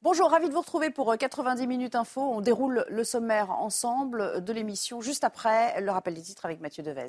Bonjour, ravi de vous retrouver pour 90 minutes info. On déroule le sommaire ensemble de l'émission juste après le rappel des titres avec Mathieu Devez.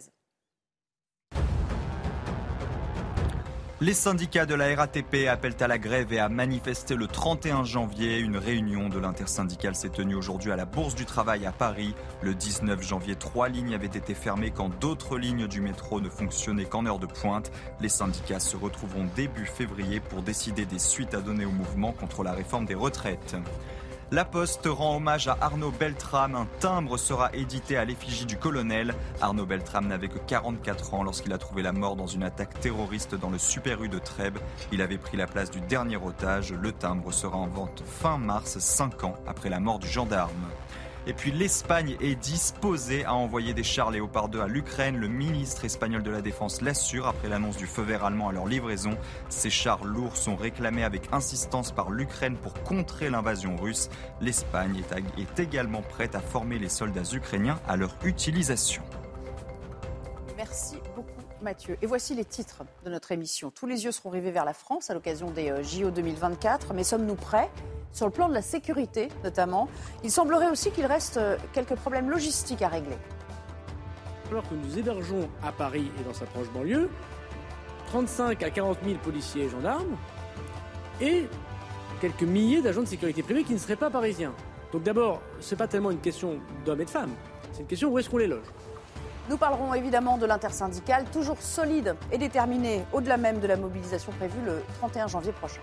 Les syndicats de la RATP appellent à la grève et à manifester le 31 janvier. Une réunion de l'intersyndicale s'est tenue aujourd'hui à la Bourse du Travail à Paris. Le 19 janvier, 3 lignes avaient été fermées quand d'autres lignes du métro ne fonctionnaient qu'en heure de pointe. Les syndicats se retrouveront début février pour décider des suites à donner au mouvement contre la réforme des retraites. La Poste rend hommage à Arnaud Beltrame. Un timbre sera édité à l'effigie du colonel. Arnaud Beltrame n'avait que 44 ans lorsqu'il a trouvé la mort dans une attaque terroriste dans le Super U de Trèbes. Il avait pris la place du dernier otage. Le timbre sera en vente fin mars, 5 ans après la mort du gendarme. Et puis l'Espagne est disposée à envoyer des chars Léopard 2 à l'Ukraine. Le ministre espagnol de la Défense l'assure après l'annonce du feu vert allemand à leur livraison. Ces chars lourds sont réclamés avec insistance par l'Ukraine pour contrer l'invasion russe. L'Espagne est également prête à former les soldats ukrainiens à leur utilisation. Merci beaucoup Mathieu. Et voici les titres de notre émission. Tous les yeux seront rivés vers la France à l'occasion des JO 2024. Mais sommes-nous prêts ? Sur le plan de la sécurité, notamment, il semblerait aussi qu'il reste quelques problèmes logistiques à régler. Alors que nous hébergeons à Paris et dans sa proche banlieue 35 à 40 000 policiers et gendarmes et quelques milliers d'agents de sécurité privée qui ne seraient pas parisiens. Donc d'abord, ce n'est pas tellement une question d'hommes et de femmes, c'est une question où est-ce qu'on les loge. Nous parlerons évidemment de l'intersyndicale, toujours solide et déterminée, au-delà même de la mobilisation prévue le 31 janvier prochain.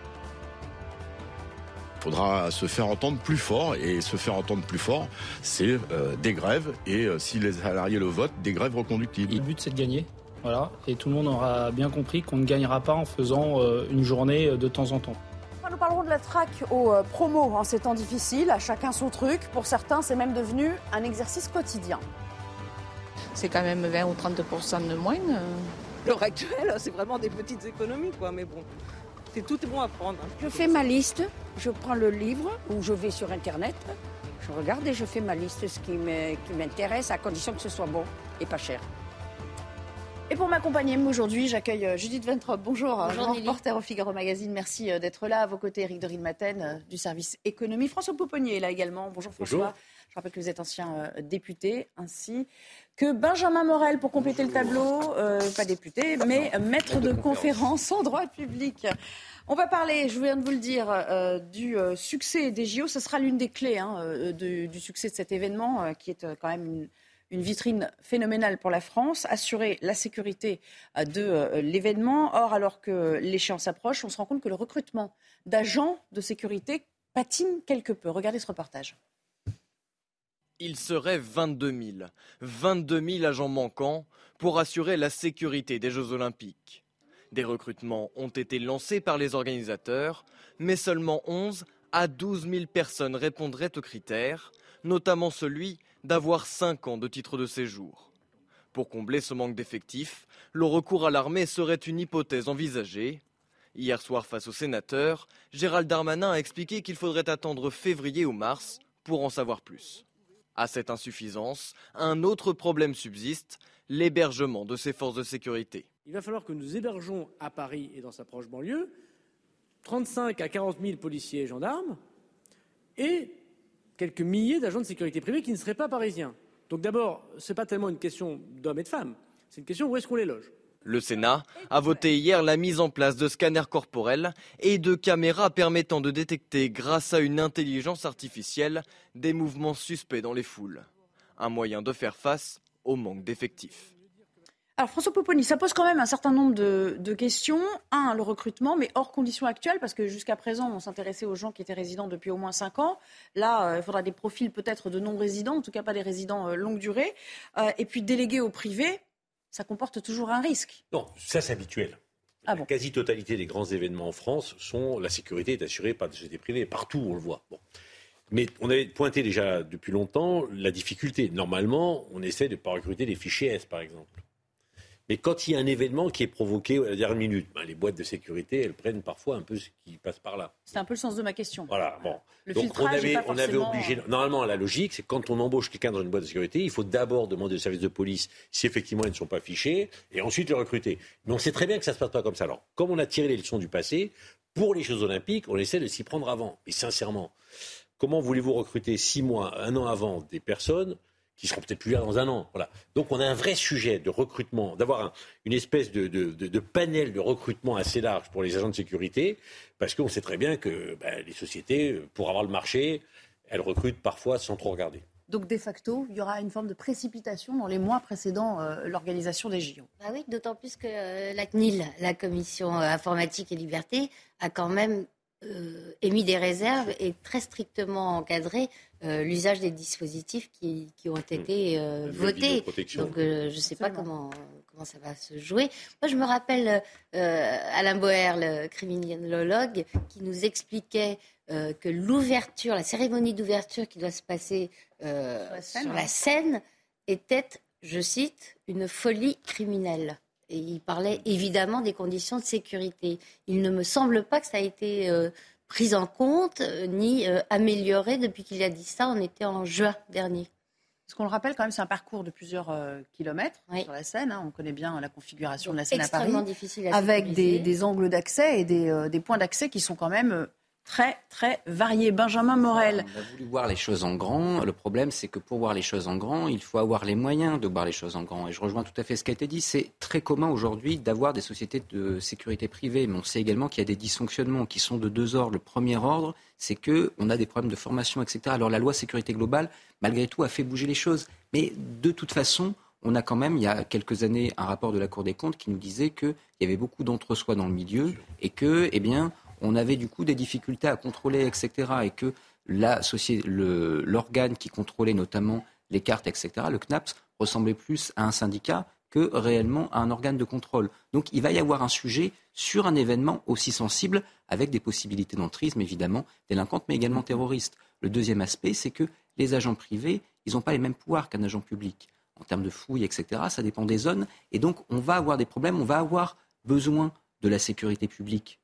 Il faudra se faire entendre plus fort, et se faire entendre plus fort, c'est des grèves, et si les salariés le votent, des grèves reconductibles. Le but, c'est de gagner, voilà, et tout le monde aura bien compris qu'on ne gagnera pas en faisant une journée de temps en temps. Nous parlerons de la traque aux promos en ces temps difficiles, à chacun son truc. Pour certains, c'est même devenu un exercice quotidien. C'est quand même 20 ou 30% de moins. L'heure actuelle, c'est vraiment des petites économies, quoi, mais bon. Tout est bon à prendre. Je fais ma liste, je prends le livre ou je vais sur Internet, je regarde et je fais ma liste, ce qui m'intéresse, à condition que ce soit bon et pas cher. Et pour m'accompagner aujourd'hui, j'accueille Judith Ventrop. Bonjour, reporter au Figaro Magazine. Merci d'être là. À vos côtés, Éric de Rilmaten du service économie. François Pouponnier est là également. Bonjour François. Bonjour. Je rappelle que vous êtes ancien député, ainsi que Benjamin Morel pour compléter le tableau, pas député, mais maître de conférence en droit public. On va parler, je viens de vous le dire, du succès des JO. Ce sera l'une des clés du succès de cet événement qui est quand même une vitrine phénoménale pour la France, assurer la sécurité de l'événement. Or, alors que l'échéance approche, on se rend compte que le recrutement d'agents de sécurité patine quelque peu. Regardez ce reportage. Il serait 22 000 agents manquants pour assurer la sécurité des Jeux Olympiques. Des recrutements ont été lancés par les organisateurs, mais seulement 11 à 12 000 personnes répondraient aux critères, notamment celui d'avoir 5 ans de titre de séjour. Pour combler ce manque d'effectifs, le recours à l'armée serait une hypothèse envisagée. Hier soir, face aux sénateurs, Gérald Darmanin a expliqué qu'il faudrait attendre février ou mars pour en savoir plus. À cette insuffisance, un autre problème subsiste, l'hébergement de ces forces de sécurité. Il va falloir que nous hébergeons à Paris et dans sa proche banlieue 35 à 40 000 policiers et gendarmes et quelques milliers d'agents de sécurité privée qui ne seraient pas parisiens. Donc d'abord, ce n'est pas tellement une question d'hommes et de femmes, c'est une question où est-ce qu'on les loge. Le Sénat a voté hier la mise en place de scanners corporels et de caméras permettant de détecter, grâce à une intelligence artificielle, des mouvements suspects dans les foules. Un moyen de faire face au manque d'effectifs. Alors François Pouponnier, ça pose quand même un certain nombre de questions. Le recrutement, mais hors conditions actuelles, parce que jusqu'à présent, on s'intéressait aux gens qui étaient résidents depuis au moins 5 ans. Là, il faudra des profils peut-être de non-résidents, en tout cas pas des résidents longue durée. Et puis délégués au privé, ça comporte toujours un risque. Non, ça c'est habituel. La quasi-totalité des grands événements en France, la sécurité est assurée par des sociétés privées. Partout, on le voit. Bon. Mais on avait pointé déjà depuis longtemps la difficulté. Normalement, on essaie de ne pas recruter des fichiers S, par exemple. Mais quand il y a un événement qui est provoqué à la dernière minute, les boîtes de sécurité, elles prennent parfois un peu ce qui passe par là. C'est un peu le sens de ma question. Voilà, bon. Le donc filtrage on avait obligé. Normalement, la logique, c'est quand on embauche quelqu'un dans une boîte de sécurité, il faut d'abord demander au service de police si effectivement ils ne sont pas fichés, et ensuite le recruter. Mais on sait très bien que ça ne se passe pas comme ça. Alors, comme on a tiré les leçons du passé, Pour les Jeux Olympiques, on essaie de s'y prendre avant. Et sincèrement, comment voulez-vous recruter 6 mois, 1 an avant des personnes qui seront peut-être plus là dans 1 an. Voilà. Donc on a un vrai sujet de recrutement, d'avoir une espèce de panel de recrutement assez large pour les agents de sécurité, parce qu'on sait très bien que les sociétés, pour avoir le marché, elles recrutent parfois sans trop regarder. Donc de facto, il y aura une forme de précipitation dans les mois précédant l'organisation des JO. Bah oui, d'autant plus que la CNIL, la Commission informatique et liberté, a quand même émis des réserves et très strictement encadré l'usage des dispositifs qui ont été votés. Donc je ne sais pas comment ça va se jouer. Moi, je me rappelle Alain Boer, le criminologue, qui nous expliquait que la cérémonie d'ouverture qui doit se passer sur la scène était, je cite, une folie criminelle. Et il parlait évidemment des conditions de sécurité. Il ne me semble pas que ça a été pris en compte ni amélioré depuis qu'il a dit ça. On était en juin dernier. Ce qu'on le rappelle quand même, c'est un parcours de plusieurs kilomètres sur la Seine. On connaît bien la configuration de la Seine à Paris. Extrêmement difficile à avec sécuriser. des angles d'accès et des points d'accès qui sont quand même très, très variés. Benjamin Morel. On a voulu voir les choses en grand. Le problème, c'est que pour voir les choses en grand, il faut avoir les moyens de voir les choses en grand. Et je rejoins tout à fait ce qui a été dit. C'est très commun aujourd'hui d'avoir des sociétés de sécurité privée. Mais on sait également qu'il y a des dysfonctionnements qui sont de 2 ordres. Le premier ordre, c'est qu'on a des problèmes de formation, etc. Alors la loi sécurité globale, malgré tout, a fait bouger les choses. Mais de toute façon, on a quand même, il y a quelques années, un rapport de la Cour des comptes qui nous disait qu'il y avait beaucoup d'entre-soi dans le milieu et que, on avait du coup des difficultés à contrôler, etc. Et que l'organe qui contrôlait notamment les cartes, etc., le CNAPS, ressemblait plus à un syndicat que réellement à un organe de contrôle. Donc il va y avoir un sujet sur un événement aussi sensible, avec des possibilités d'entrisme, évidemment, délinquantes, mais également terroristes. Le deuxième aspect, c'est que les agents privés, ils n'ont pas les mêmes pouvoirs qu'un agent public. En termes de fouilles, etc., ça dépend des zones. Et donc on va avoir des problèmes, on va avoir besoin de la sécurité publique,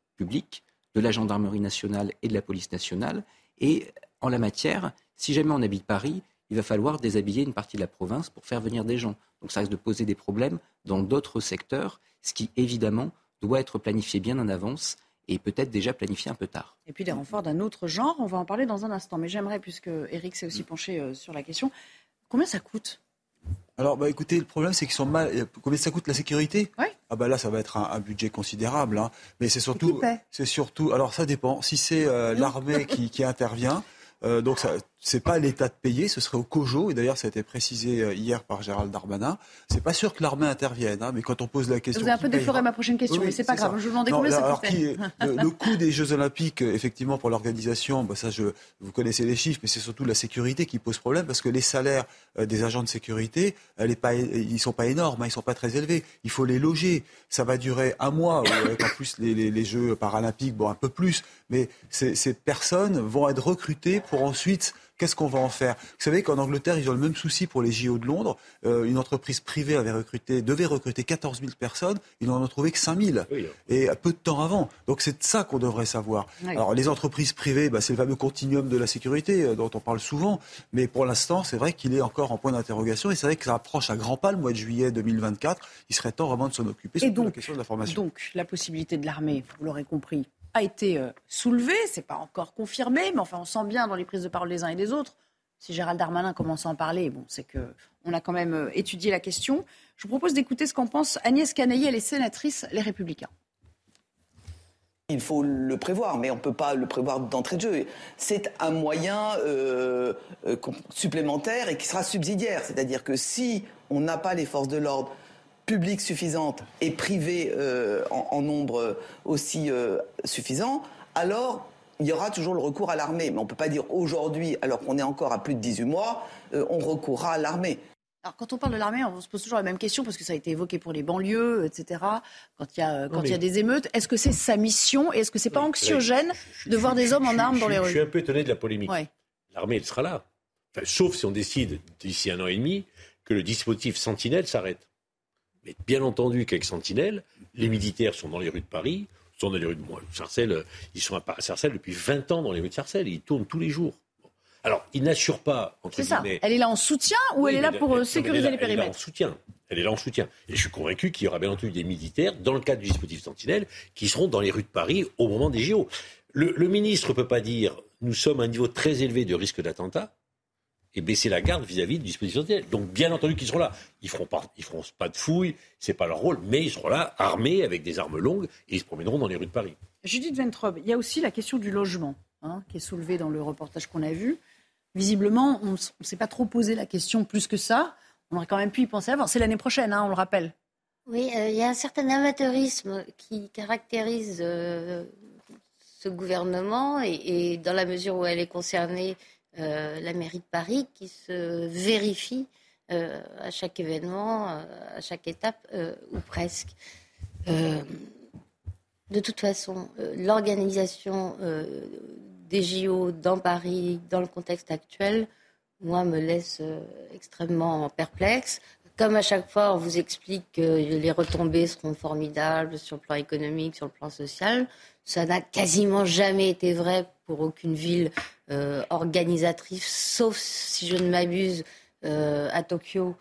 de la gendarmerie nationale et de la police nationale. Et en la matière, si jamais on habite Paris, il va falloir déshabiller une partie de la province pour faire venir des gens. Donc ça risque de poser des problèmes dans d'autres secteurs, ce qui évidemment doit être planifié bien en avance et peut-être déjà planifié un peu tard. Et puis des renforts d'un autre genre, on va en parler dans un instant. Mais j'aimerais, puisque Eric s'est aussi penché sur la question, combien ça coûte ? Alors, écoutez, le problème, c'est qu'ils sont mal. Combien ça coûte la sécurité ? Oui. Là, ça va être un budget considérable. Mais c'est surtout. Alors, ça dépend. Si c'est l'armée qui intervient, donc c'est pas à l'État de payer, ce serait au COJO. Et d'ailleurs, ça a été précisé hier par Gérald Darmanin. C'est pas sûr que l'armée intervienne, mais quand on pose la question. Vous avez un peu défloré ma prochaine question, mais c'est pas grave. Je vous demandais combien ça coûtait. Le coût des Jeux Olympiques, effectivement, pour l'organisation, vous connaissez les chiffres, mais c'est surtout la sécurité qui pose problème, parce que les salaires des agents de sécurité, ils sont pas énormes, ils sont pas très élevés. Il faut les loger. Ça va durer 1 mois, avec en plus les Jeux paralympiques, un peu plus. Mais ces personnes vont être recrutées pour ensuite. Qu'est-ce qu'on va en faire ? Vous savez qu'en Angleterre, ils ont le même souci pour les JO de Londres. Une entreprise privée devait recruter 14 000 personnes. Ils n'en ont trouvé que 5 000. Oui. Et peu de temps avant. Donc c'est de ça qu'on devrait savoir. Oui. Alors les entreprises privées, c'est le fameux continuum de la sécurité dont on parle souvent. Mais pour l'instant, c'est vrai qu'il est encore en point d'interrogation. Et c'est vrai que ça approche à grands pas le mois de juillet 2024. Il serait temps vraiment de s'en occuper. Surtout la question de la formation. Donc la possibilité de l'armée, vous l'aurez compris, a été soulevé, c'est pas encore confirmé, mais enfin on sent bien dans les prises de parole des uns et des autres. Si Gérald Darmanin commence à en parler, c'est qu'on a quand même étudié la question. Je vous propose d'écouter ce qu'en pense Agnès Canaillet, elle est sénatrice Les Républicains. Il faut le prévoir, mais on ne peut pas le prévoir d'entrée de jeu. C'est un moyen supplémentaire et qui sera subsidiaire. C'est-à-dire que si on n'a pas les forces de l'ordre publiques suffisantes et privées en nombre aussi suffisant, alors il y aura toujours le recours à l'armée. Mais on ne peut pas dire aujourd'hui, alors qu'on est encore à plus de 18 mois, on recourra à l'armée. Alors quand on parle de l'armée, on se pose toujours la même question, parce que ça a été évoqué pour les banlieues, etc., quand il y a des émeutes. Est-ce que c'est sa mission et est-ce que c'est pas anxiogène de voir des hommes en armes dans les rues ? Je suis un peu étonné de la polémique. Ouais. L'armée, elle sera là. Sauf si on décide, d'ici 1 an et demi, que le dispositif Sentinelle s'arrête. Mais bien entendu qu'avec Sentinelle, les militaires sont dans les rues de Paris, sont dans les rues de Sarcelles, ils sont à Sarcelles depuis 20 ans dans les rues de Sarcelles, ils tournent tous les jours. Alors, ils n'assurent pas, entre guillemets... C'est ça, elle est là en soutien ou elle est là pour sécuriser les périmètres ? Elle est là en soutien. Elle est là en soutien. Et je suis convaincu qu'il y aura bien entendu des militaires, dans le cadre du dispositif Sentinelle, qui seront dans les rues de Paris au moment des JO. Le ministre ne peut pas dire « nous sommes à un niveau très élevé de risque d'attentat » et baisser la garde vis-à-vis du dispositif Sentinelle. Donc bien entendu qu'ils seront là. Ils feront pas de fouilles, c'est pas leur rôle, mais ils seront là, armés, avec des armes longues, et ils se promèneront dans les rues de Paris. Judith Ventrobe, il y a aussi la question du logement, qui est soulevée dans le reportage qu'on a vu. Visiblement, on ne s'est pas trop posé la question plus que ça. On aurait quand même pu y penser avant. C'est l'année prochaine, on le rappelle. Oui, il y a un certain amateurisme qui caractérise ce gouvernement et dans la mesure où elle est concernée, la mairie de Paris, qui se vérifie à chaque événement, à chaque étape, ou presque. De toute façon, l'organisation des JO dans Paris, dans le contexte actuel, moi, me laisse extrêmement perplexe. Comme à chaque fois, on vous explique que les retombées seront formidables sur le plan économique, sur le plan social. Ça n'a quasiment jamais été vrai pour aucune ville organisatrice, sauf, si je ne m'abuse, à Tokyo,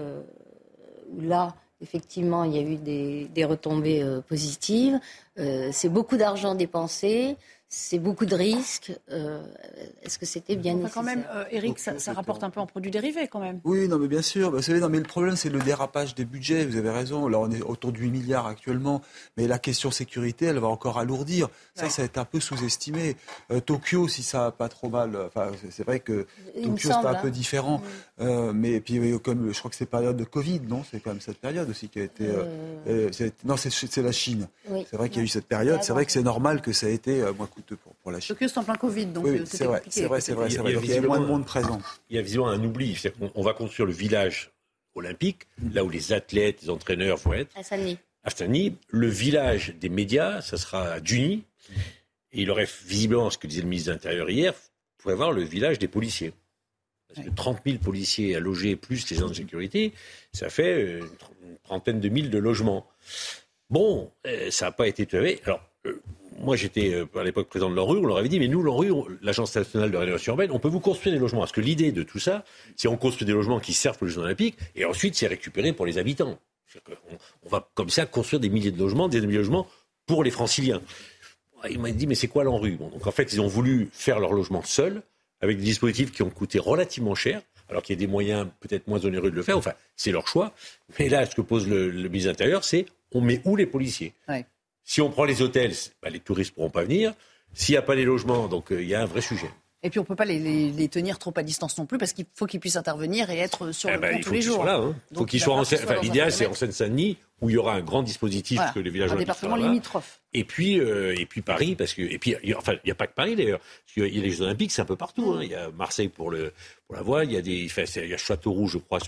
où là, effectivement, il y a eu des retombées positives. C'est beaucoup d'argent dépensé. C'est beaucoup de risques. Est-ce que c'était bien nécessaire ? Quand même, Éric, ça rapporte un peu en produits dérivés quand même. Oui, non, mais bien sûr. Vous savez, mais le problème, c'est le dérapage des budgets. Vous avez raison. Là, on est autour de 8 milliards actuellement. Mais la question sécurité, elle va encore alourdir. Ça va être un peu sous-estimé. Tokyo, si ça va pas trop mal. Enfin, c'est vrai que Tokyo, c'est un peu différent. Mais puis, comme je crois que c'est période de Covid, non ? C'est quand même cette période aussi qui a été. Non, c'est la Chine. Oui. C'est vrai qu'il y a eu cette période. C'est vrai que c'est normal que ça a été moins coûteux pour la Chine. Tokyo, c'est en plein Covid, donc c'est vrai, compliqué. C'est vrai. Il y a moins de monde présent. Il y a visiblement un oubli. On va construire le village olympique, là où les athlètes, les entraîneurs vont être. À Stani. Le village des médias, ça sera à Juni. Et il aurait visiblement, ce que disait le ministre de l'Intérieur hier, il pourrait avoir le village des policiers. Parce que 30 000 policiers à loger, plus les agents de sécurité, ça fait une trentaine de mille de logements. Bon, ça n'a pas été tout à fait. Alors, moi, j'étais à l'époque président de l'ANRU, on leur avait dit, mais nous, l'ANRU, l'Agence nationale de rénovation urbaine, on peut vous construire des logements. Parce que l'idée de tout ça, c'est on construit des logements qui servent pour les Jeux olympiques, et ensuite, c'est récupéré pour les habitants. On va comme ça construire des milliers de logements, des milliers de logements pour les franciliens. Il m'a dit, mais c'est quoi l'ANRU ? Donc, en fait, ils ont voulu faire leur logement seuls, avec des dispositifs qui ont coûté relativement cher, alors qu'il y a des moyens peut-être moins onéreux de le faire. Enfin, c'est leur choix. Mais là, ce que pose le ministre de l'Intérieur, c'est on met où les policiers ? Si on prend les hôtels, les touristes ne pourront pas venir. S'il n'y a pas les logements, donc il y a un vrai sujet. Et puis on ne peut pas les tenir trop à distance non plus, parce qu'il faut qu'ils puissent intervenir et être sur le pont tous les jours. Il faut qu'ils soient en Seine-Saint-Denis. L'idéal, c'est en Seine-Saint-Denis, où il y aura un grand dispositif que les villageois. Un département limitrophe. Et puis Paris, parce que il n'y a pas que Paris d'ailleurs. Parce qu'il y a les Jeux Olympiques, c'est un peu partout. Il y a Marseille pour la voile, il y a Châteauroux, je crois,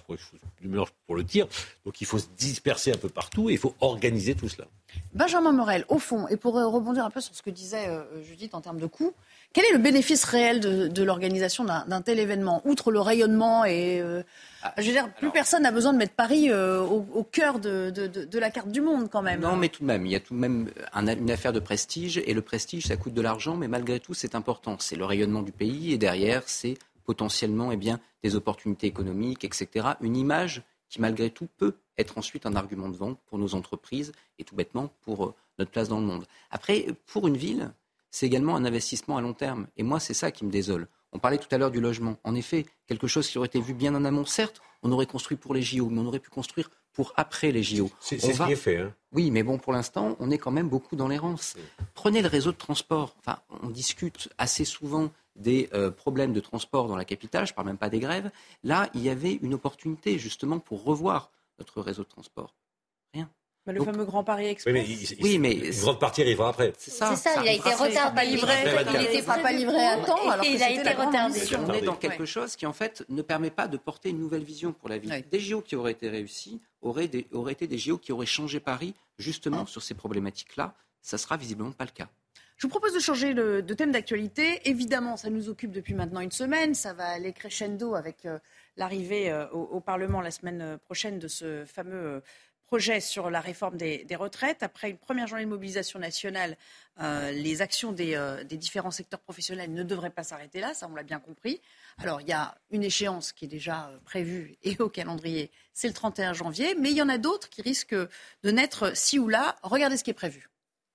pour le tir. Donc il faut se disperser un peu partout et il faut organiser tout cela. Benjamin Morel, au fond, et pour rebondir un peu sur ce que disait Judith en termes de coûts, quel est le bénéfice réel de l'organisation d'un tel événement, outre le rayonnement et je veux dire, plus personne n'a besoin de mettre Paris au cœur de la carte du monde quand même. Non, mais tout de même, il y a tout de même une affaire de prestige, et le prestige, ça coûte de l'argent, mais malgré tout, c'est important. C'est le rayonnement du pays, et derrière, c'est potentiellement des opportunités économiques, etc. Une image qui, malgré tout, peut être ensuite un argument de vente pour nos entreprises et tout bêtement pour notre place dans le monde. Après, pour une ville, c'est également un investissement à long terme. Et moi, c'est ça qui me désole. On parlait tout à l'heure du logement. En effet, quelque chose qui aurait été vu bien en amont. Certes, on aurait construit pour les JO, mais on aurait pu construire pour après les JO. C'est ce qui est fait. Hein. Oui, mais bon, pour l'instant, on est quand même beaucoup dans l'errance. Prenez le réseau de transport. Enfin, on discute assez souvent des problèmes de transport dans la capitale. Je ne parle même pas des grèves. Là, il y avait une opportunité justement pour revoir notre réseau de transport. Rien. Le fameux Grand Paris Express. Oui, mais une grande partie arrivera après. C'est ça, il a été retardé. Il n'était pas livré à temps, alors que il a été retardé. On est dans quelque chose qui, en fait, ne permet pas de porter une nouvelle vision pour la ville. Oui. Des JO qui auraient été réussis auraient été des JO qui auraient changé Paris, justement, sur ces problématiques-là. Ça ne sera visiblement pas le cas. Je vous propose de changer de thème d'actualité. Évidemment, ça nous occupe depuis maintenant une semaine. Ça va aller crescendo avec l'arrivée au Parlement la semaine prochaine de ce fameux projet sur la réforme des retraites. Après une première journée de mobilisation nationale, les actions des différents secteurs professionnels ne devraient pas s'arrêter là, ça on l'a bien compris. Alors il y a une échéance qui est déjà prévue et au calendrier, c'est le 31 janvier, mais il y en a d'autres qui risquent de naître ci ou là. Regardez ce qui est prévu.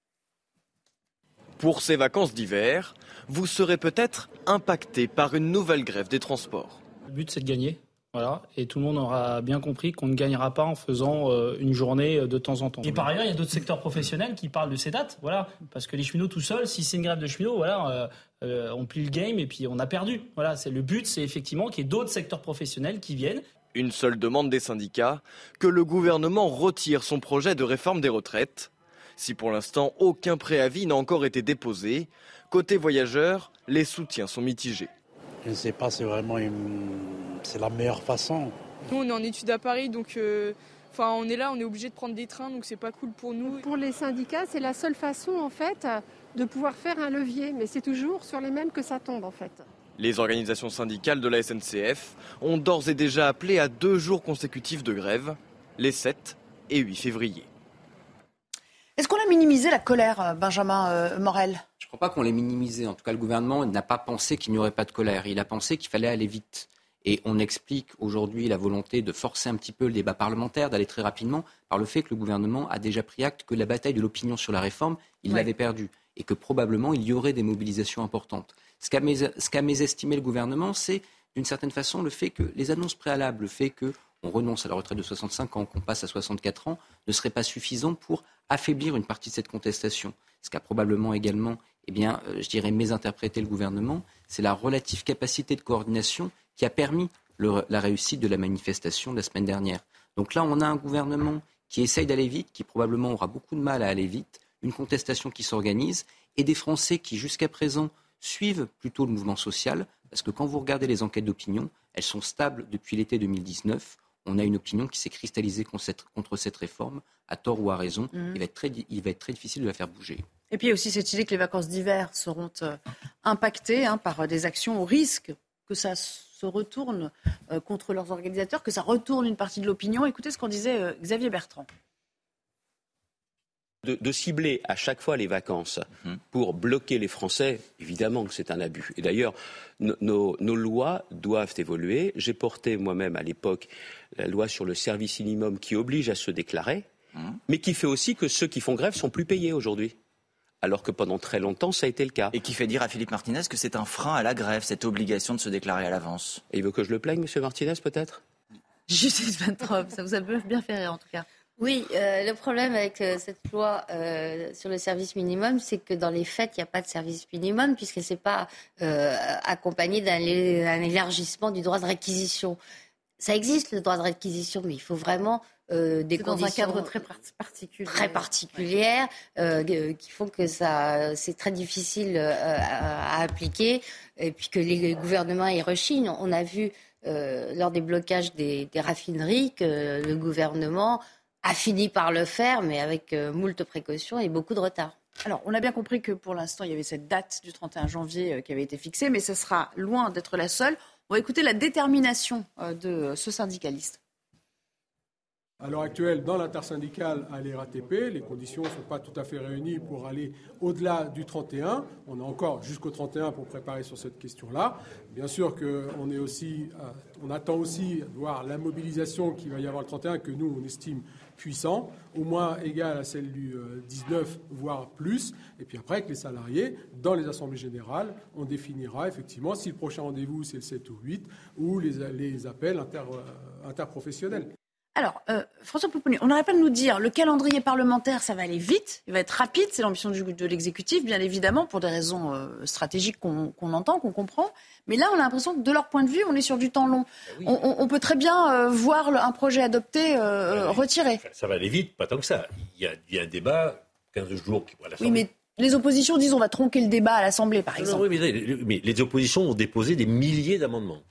Pour ces vacances d'hiver, vous serez peut-être impacté par une nouvelle grève des transports. Le but, c'est de gagner. Voilà. Et tout le monde aura bien compris qu'on ne gagnera pas en faisant une journée de temps en temps. Et par ailleurs, il y a d'autres secteurs professionnels qui parlent de ces dates. Voilà. Parce que les cheminots tout seuls, si c'est une grève de cheminots, voilà, on plie le game et puis on a perdu. Voilà. Le but, c'est effectivement qu'il y ait d'autres secteurs professionnels qui viennent. Une seule demande des syndicats, que le gouvernement retire son projet de réforme des retraites. Si pour l'instant aucun préavis n'a encore été déposé, côté voyageurs, les soutiens sont mitigés. Je ne sais pas, c'est la meilleure façon. Nous, on est en études à Paris, donc on est là, on est obligé de prendre des trains, donc c'est pas cool pour nous. Pour les syndicats, c'est la seule façon, en fait, de pouvoir faire un levier, mais c'est toujours sur les mêmes que ça tombe, en fait. Les organisations syndicales de la SNCF ont d'ores et déjà appelé à 2 jours consécutifs de grève, les 7 et 8 février. Est-ce qu'on a minimisé la colère, Benjamin Morel ? Je ne crois pas qu'on l'ait minimisé. En tout cas, le gouvernement n'a pas pensé qu'il n'y aurait pas de colère. Il a pensé qu'il fallait aller vite. Et on explique aujourd'hui la volonté de forcer un petit peu le débat parlementaire, d'aller très rapidement, par le fait que le gouvernement a déjà pris acte que la bataille de l'opinion sur la réforme, il l'avait perdue. Et que probablement, il y aurait des mobilisations importantes. Ce qu'a mésestimé le gouvernement, c'est d'une certaine façon le fait que les annonces préalables, le fait qu'on renonce à la retraite de 65 ans, qu'on passe à 64 ans, ne serait pas suffisant pour affaiblir une partie de cette contestation. Ce qu'a probablement également, mésinterprété le gouvernement, c'est la relative capacité de coordination qui a permis la réussite de la manifestation de la semaine dernière. Donc là, on a un gouvernement qui essaye d'aller vite, qui probablement aura beaucoup de mal à aller vite, une contestation qui s'organise, et des Français qui, jusqu'à présent, suivent plutôt le mouvement social, parce que quand vous regardez les enquêtes d'opinion, elles sont stables depuis l'été 2019. On a une opinion qui s'est cristallisée contre cette réforme, à tort ou à raison. Il va être très difficile de la faire bouger. Et puis il y a aussi cette idée que les vacances d'hiver seront impactées par des actions au risque que ça se retourne contre leurs organisateurs, que ça retourne une partie de l'opinion. Écoutez ce qu'en disait Xavier Bertrand. De cibler à chaque fois les vacances pour bloquer les Français, évidemment que c'est un abus. Et d'ailleurs, nos lois doivent évoluer. J'ai porté moi-même à l'époque la loi sur le service minimum qui oblige à se déclarer, mais qui fait aussi que ceux qui font grève sont plus payés aujourd'hui. Alors que pendant très longtemps, ça a été le cas. Et qui fait dire à Philippe Martinez que c'est un frein à la grève, cette obligation de se déclarer à l'avance. Et il veut que je le plaigne, M. Martinez, peut-être ? Justice Van Trop, ça vous a bien fait rire en tout cas. Oui, le problème avec cette loi sur le service minimum, c'est que dans les faits, il n'y a pas de service minimum puisque ce n'est pas accompagné d'un élargissement du droit de réquisition. Ça existe, le droit de réquisition, mais il faut vraiment des conditions dans un cadre très particulières qui font que c'est très difficile à appliquer et puis que les gouvernements y rechignent. On a vu lors des blocages des raffineries que le gouvernement a fini par le faire, mais avec moult précautions et beaucoup de retard. Alors, on a bien compris que pour l'instant, il y avait cette date du 31 janvier qui avait été fixée, mais ce sera loin d'être la seule. On va écouter la détermination de ce syndicaliste. À l'heure actuelle, dans l'intersyndicale à l'RATP, les conditions ne sont pas tout à fait réunies pour aller au-delà du 31. On a encore jusqu'au 31 pour préparer sur cette question-là. Bien sûr qu'on attend aussi de voir la mobilisation qu'il va y avoir le 31, que nous, on estime puissant, au moins égale à celle du 19, voire plus. Et puis après, avec les salariés, dans les assemblées générales, on définira effectivement si le prochain rendez-vous, c'est le 7 ou 8, ou les appels interprofessionnels. Alors, François Pupponi, on n'arrête pas de nous dire le calendrier parlementaire, ça va aller vite, il va être rapide, c'est l'ambition de l'exécutif, bien évidemment, pour des raisons stratégiques qu'on entend, qu'on comprend. Mais là, on a l'impression que de leur point de vue, on est sur du temps long. Oui. On peut très bien voir un projet adopté retiré. Ça va aller vite, pas tant que ça. Il y a un débat, 15 jours à l'Assemblée. Oui, mais les oppositions disent on va tronquer le débat à l'Assemblée, par exemple. Non, mais les oppositions ont déposé des milliers d'amendements.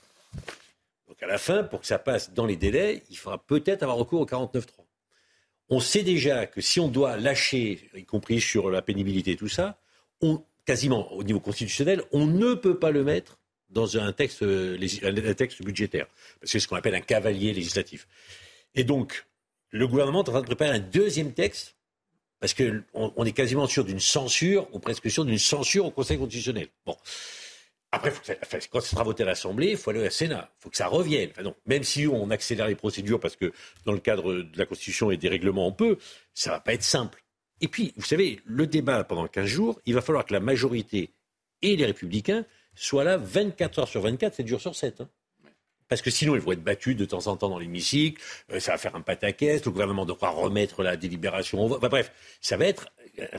À la fin, pour que ça passe dans les délais, il faudra peut-être avoir recours au 49.3. On sait déjà que si on doit lâcher, y compris sur la pénibilité et tout ça, quasiment au niveau constitutionnel, on ne peut pas le mettre dans un texte budgétaire. Parce que c'est ce qu'on appelle un cavalier législatif. Et donc, le gouvernement est en train de préparer un deuxième texte, parce qu'on est quasiment sûr d'une censure, ou presque sûr d'une censure au Conseil constitutionnel. Bon. Après, quand ça sera voté à l'Assemblée, il faut aller au Sénat. Il faut que ça revienne. Enfin, non, même si on accélère les procédures, parce que dans le cadre de la Constitution et des règlements, on peut, ça ne va pas être simple. Et puis, vous savez, le débat pendant 15 jours, il va falloir que la majorité et les Républicains soient là 24 heures sur 24, 7 jours sur 7. Hein. Parce que sinon, ils vont être battus de temps en temps dans l'hémicycle, ça va faire un pataquès, le gouvernement devra remettre la délibération au vote. Enfin, bref, ça va être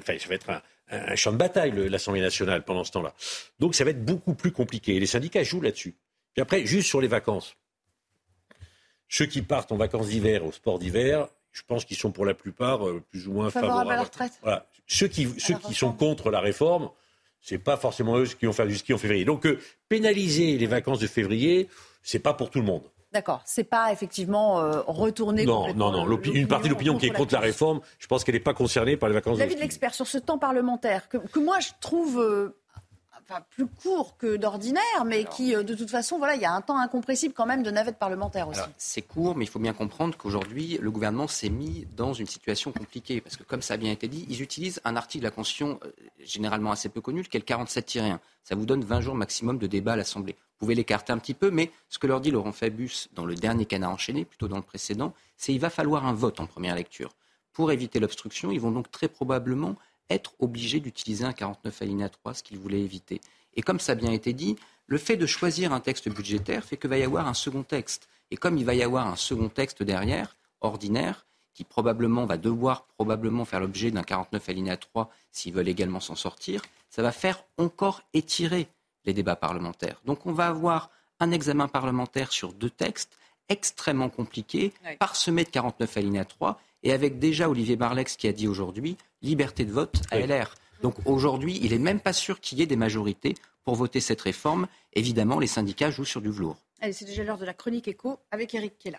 un champ de bataille, l'Assemblée nationale, pendant ce temps-là. Donc ça va être beaucoup plus compliqué. Et les syndicats jouent là-dessus. Puis après, juste sur les vacances. Ceux qui partent en vacances d'hiver, au sport d'hiver, je pense qu'ils sont pour la plupart plus ou moins favorables à la retraite. Voilà. Ceux qui sont contre la réforme, c'est pas forcément eux qui vont faire du ski en février. Donc pénaliser les vacances de février, c'est pas pour tout le monde. D'accord, c'est pas effectivement retourner complètement... Non, une partie de l'opinion qui est contre la réforme, je pense qu'elle n'est pas concernée par les vacances. L'avis de l'expert sur ce temps parlementaire, que moi je trouve plus court que d'ordinaire, mais qui, de toute façon, il y a un temps incompressible quand même de navette parlementaire aussi. Alors, c'est court, mais il faut bien comprendre qu'aujourd'hui, le gouvernement s'est mis dans une situation compliquée, parce que comme ça a bien été dit, ils utilisent un article de la Constitution généralement assez peu connu, lequel 47-1. Ça vous donne 20 jours maximum de débat à l'Assemblée. Vous pouvez l'écarter un petit peu, mais ce que leur dit Laurent Fabius dans le dernier Canard enchaîné, plutôt dans le précédent, c'est qu'il va falloir un vote en première lecture. Pour éviter l'obstruction, ils vont donc très probablement être obligés d'utiliser un 49 alinéa 3, ce qu'ils voulaient éviter. Et comme ça a bien été dit, le fait de choisir un texte budgétaire fait qu'il va y avoir un second texte. Et comme il va y avoir un second texte derrière, ordinaire, qui va devoir faire l'objet d'un 49 alinéa 3 s'ils veulent également s'en sortir, ça va faire encore étirer les débats parlementaires. Donc on va avoir un examen parlementaire sur 2 textes extrêmement compliqués, parsemés de 49 alinéa 3, et avec déjà Olivier Marleix qui a dit aujourd'hui liberté de vote à LR. Donc aujourd'hui, il n'est même pas sûr qu'il y ait des majorités pour voter cette réforme. Évidemment, les syndicats jouent sur du velours. Allez, c'est déjà l'heure de la chronique éco avec Eric qui est là.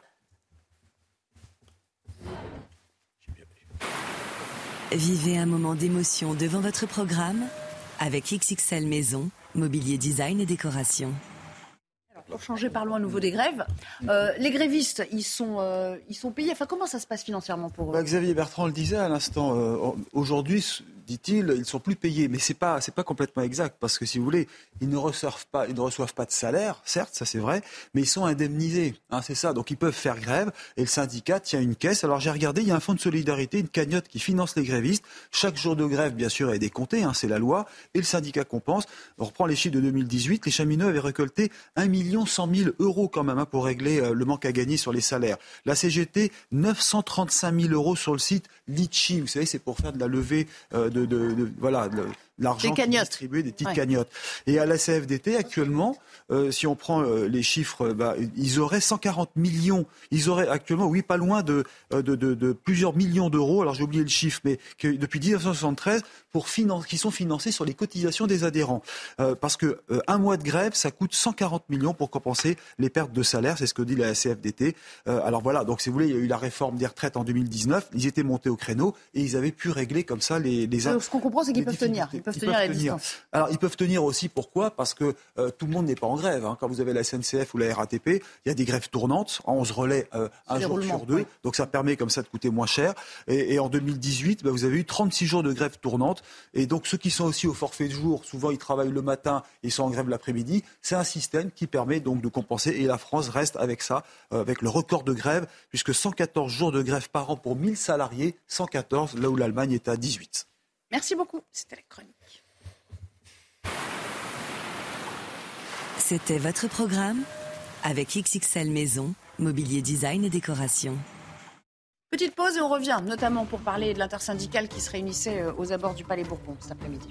Vivez un moment d'émotion devant votre programme avec XXL Maison, mobilier design et décoration. Pour changer, parlons à nouveau des grèves. Les grévistes, ils sont payés. Enfin, comment ça se passe financièrement pour eux ? Xavier Bertrand le disait à l'instant. Aujourd'hui, dit-il, ils ne sont plus payés. Mais c'est pas complètement exact. Parce que si vous voulez, ils ne reçoivent pas de salaire, certes, ça c'est vrai, mais ils sont indemnisés. C'est ça. Donc ils peuvent faire grève et le syndicat tient une caisse. Alors j'ai regardé, il y a un fonds de solidarité, une cagnotte qui finance les grévistes. Chaque jour de grève, bien sûr, est décompté, c'est la loi. Et le syndicat compense. On reprend les chiffres de 2018. Les cheminots avaient récolté 1 100 000 € quand même pour régler le manque à gagner sur les salaires. La CGT, 935 000 € sur le site Litchi. Vous savez, c'est pour faire de la levée de l'argent qui est distribué, des petites cagnottes. Et à la CFDT, actuellement, si on prend les chiffres, ils auraient 140 millions. Ils auraient actuellement, pas loin de plusieurs millions d'euros. Alors j'ai oublié le chiffre, mais que depuis 1973, qui sont financés sur les cotisations des adhérents. Parce que un mois de grève, ça coûte 140 millions pour compenser les pertes de salaire. C'est ce que dit la CFDT. Alors voilà, donc si vous voulez, il y a eu la réforme des retraites en 2019. Ils étaient montés au créneau et ils avaient pu régler comme ça les ce qu'on comprend, c'est qu'ils peuvent tenir. Ils peuvent tenir à la distance. Alors ils peuvent tenir aussi, pourquoi ? Parce que tout le monde n'est pas en grève. Quand vous avez la SNCF ou la RATP, il y a des grèves tournantes. On se relaie un jour sur 2. Donc ça permet comme ça de coûter moins cher. Et en 2018, vous avez eu 36 jours de grève tournante. Et donc ceux qui sont aussi au forfait de jour, souvent ils travaillent le matin et ils sont en grève l'après-midi. C'est un système qui permet donc de compenser. Et la France reste avec ça, avec le record de grève, puisque 114 jours de grève par an pour 1000 salariés, 114, là où l'Allemagne est à 18. Merci beaucoup. C'était la chronique. C'était votre programme avec XXL Maison, mobilier design et décoration. Petite pause et on revient, notamment pour parler de l'intersyndicale qui se réunissait aux abords du Palais Bourbon cet après-midi.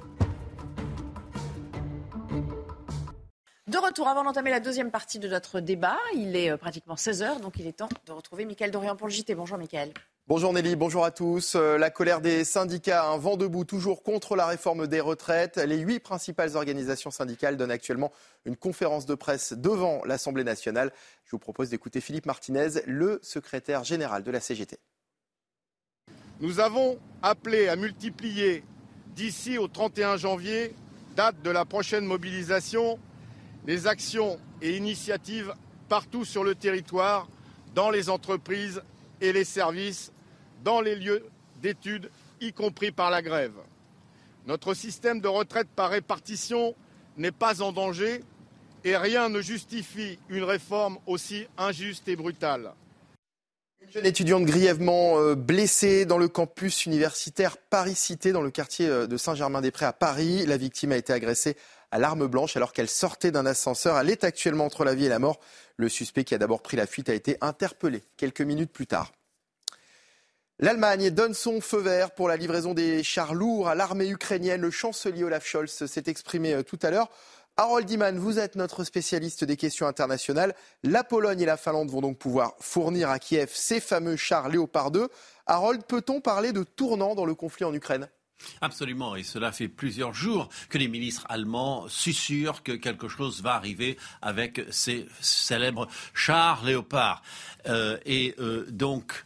De retour, avant d'entamer la deuxième partie de notre débat, il est pratiquement 16h, donc il est temps de retrouver Mickaël Dorian pour le JT. Bonjour Mickaël. Bonjour Nelly, bonjour à tous. La colère des syndicats, un vent debout toujours contre la réforme des retraites. Les 8 principales organisations syndicales donnent actuellement une conférence de presse devant l'Assemblée nationale. Je vous propose d'écouter Philippe Martinez, le secrétaire général de la CGT. Nous avons appelé à multiplier d'ici au 31 janvier, date de la prochaine mobilisation, les actions et initiatives partout sur le territoire, dans les entreprises et les services dans les lieux d'études, y compris par la grève. Notre système de retraite par répartition n'est pas en danger et rien ne justifie une réforme aussi injuste et brutale. Une jeune étudiante grièvement blessée dans le campus universitaire Paris-Cité, dans le quartier de Saint-Germain-des-Prés à Paris. La victime a été agressée à l'arme blanche alors qu'elle sortait d'un ascenseur. Elle est actuellement entre la vie et la mort. Le suspect qui a d'abord pris la fuite a été interpellé quelques minutes plus tard. L'Allemagne donne son feu vert pour la livraison des chars lourds à l'armée ukrainienne. Le chancelier Olaf Scholz s'est exprimé tout à l'heure. Harold Iman, vous êtes notre spécialiste des questions internationales. La Pologne et la Finlande vont donc pouvoir fournir à Kiev ces fameux chars Léopard 2. Harold, peut-on parler de tournant dans le conflit en Ukraine ? Absolument, et cela fait plusieurs jours que les ministres allemands susurrent que quelque chose va arriver avec ces célèbres chars Léopard. Donc,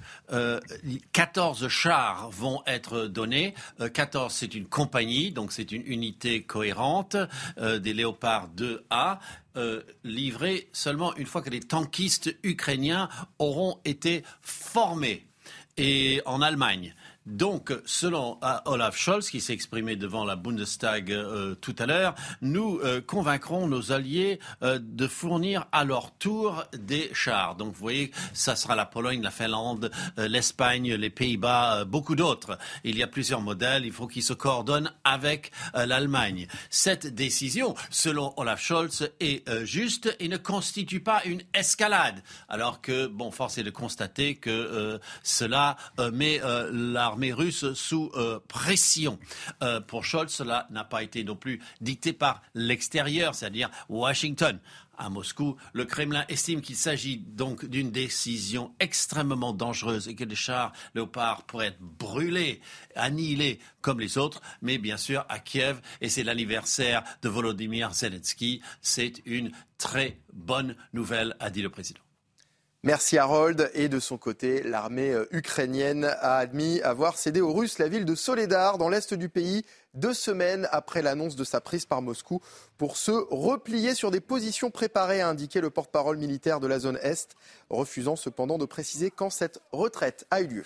14 chars vont être donnés. 14, c'est une compagnie, donc c'est une unité cohérente des Léopard 2A. Livrés seulement une fois que les tankistes ukrainiens auront été formés. Et en Allemagne. Donc, selon Olaf Scholz, qui s'est exprimé devant la Bundestag tout à l'heure, nous convaincrons nos alliés de fournir à leur tour des chars. Donc, vous voyez, ça sera la Pologne, la Finlande, l'Espagne, les Pays-Bas, beaucoup d'autres. Il y a plusieurs modèles, il faut qu'ils se coordonnent avec l'Allemagne. Cette décision, selon Olaf Scholz, est juste et ne constitue pas une escalade. Alors que, force est de constater que cela met l'armée russe sous pression. Pour Scholz, cela n'a pas été non plus dicté par l'extérieur, c'est-à-dire Washington. À Moscou, le Kremlin estime qu'il s'agit donc d'une décision extrêmement dangereuse et que les chars Léopard pourraient être brûlés, annihilés comme les autres. Mais bien sûr, à Kiev, et c'est l'anniversaire de Volodymyr Zelensky, c'est une très bonne nouvelle, a dit le président. Merci Harold. Et de son côté, l'armée ukrainienne a admis avoir cédé aux Russes la ville de Soledar dans l'est du pays 2 semaines après l'annonce de sa prise par Moscou pour se replier sur des positions préparées, a indiqué le porte-parole militaire de la zone Est, refusant cependant de préciser quand cette retraite a eu lieu.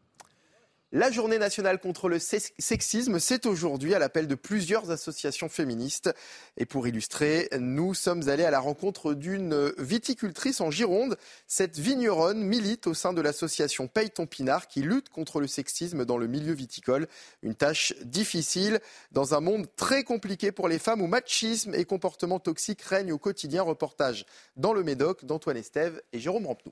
La journée nationale contre le sexisme, c'est aujourd'hui à l'appel de plusieurs associations féministes. Et pour illustrer, nous sommes allés à la rencontre d'une viticultrice en Gironde. Cette vigneronne milite au sein de l'association Paye ton pinard qui lutte contre le sexisme dans le milieu viticole. Une tâche difficile dans un monde très compliqué pour les femmes où machisme et comportements toxiques règnent au quotidien. Reportage dans le Médoc d'Antoine Estève et Jérôme Rampenou.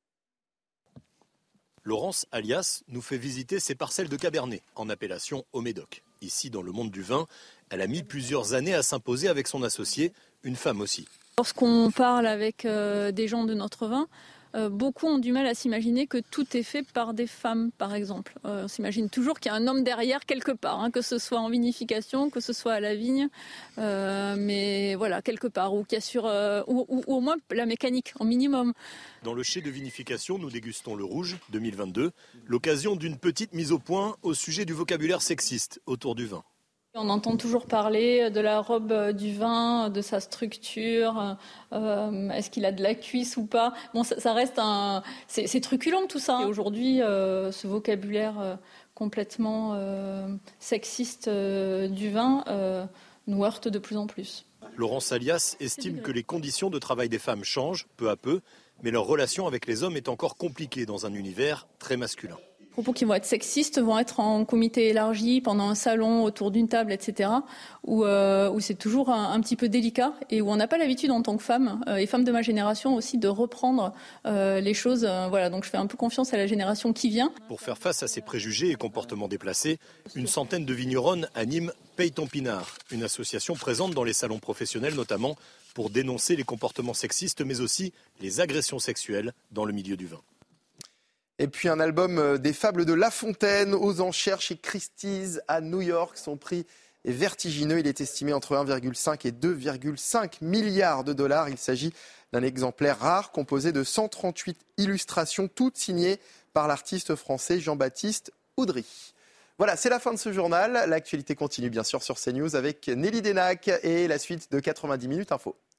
Laurence Alias nous fait visiter ses parcelles de Cabernet, en appellation au Médoc. Ici, dans le monde du vin, elle a mis plusieurs années à s'imposer avec son associée, une femme aussi. Lorsqu'on parle avec des gens de notre vin, beaucoup ont du mal à s'imaginer que tout est fait par des femmes, par exemple. On s'imagine toujours qu'il y a un homme derrière quelque part, que ce soit en vinification, que ce soit à la vigne, mais voilà, quelque part, ou qu'il y a ou au moins la mécanique, au minimum. Dans le chai de vinification, nous dégustons le rouge 2022, l'occasion d'une petite mise au point au sujet du vocabulaire sexiste autour du vin. On entend toujours parler de la robe du vin, de sa structure, est-ce qu'il a de la cuisse ou pas. Bon, ça reste c'est truculent tout ça. Et aujourd'hui, ce vocabulaire complètement sexiste du vin nous heurte de plus en plus. Laurence Alias estime que les conditions de travail des femmes changent peu à peu, mais leur relation avec les hommes est encore compliquée dans un univers très masculin. Les propos qui vont être sexistes vont être en comité élargi, pendant un salon, autour d'une table, etc., où c'est toujours un petit peu délicat et où on n'a pas l'habitude en tant que femme, et femmes de ma génération aussi, de reprendre les choses. Voilà, donc je fais un peu confiance à la génération qui vient. Pour faire face à ces préjugés et comportements déplacés, une centaine de vigneronnes animent Paye ton pinard, une association présente dans les salons professionnels notamment pour dénoncer les comportements sexistes mais aussi les agressions sexuelles dans le milieu du vin. Et puis un album des fables de La Fontaine aux enchères chez Christie's à New York. Son prix est vertigineux. Il est estimé entre 1,5 et 2,5 milliards de dollars. Il s'agit d'un exemplaire rare composé de 138 illustrations, toutes signées par l'artiste français Jean-Baptiste Audry. Voilà, c'est la fin de ce journal. L'actualité continue bien sûr sur CNews avec Nelly Denac et la suite de 90 minutes info.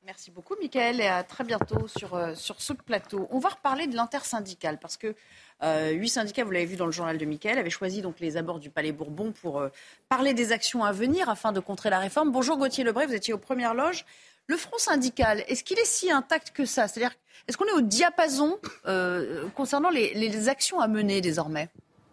Merci beaucoup, Mickaël, et à très bientôt sur ce plateau. On va reparler de l'intersyndicale, parce que 8 syndicats, vous l'avez vu dans le journal de Mickaël, avaient choisi donc les abords du Palais Bourbon pour parler des actions à venir afin de contrer la réforme. Bonjour Gauthier Lebray, vous étiez aux premières loges. Le front syndical, est-ce qu'il est si intact que ça ? C'est-à-dire, est-ce qu'on est au diapason concernant les actions à mener désormais ?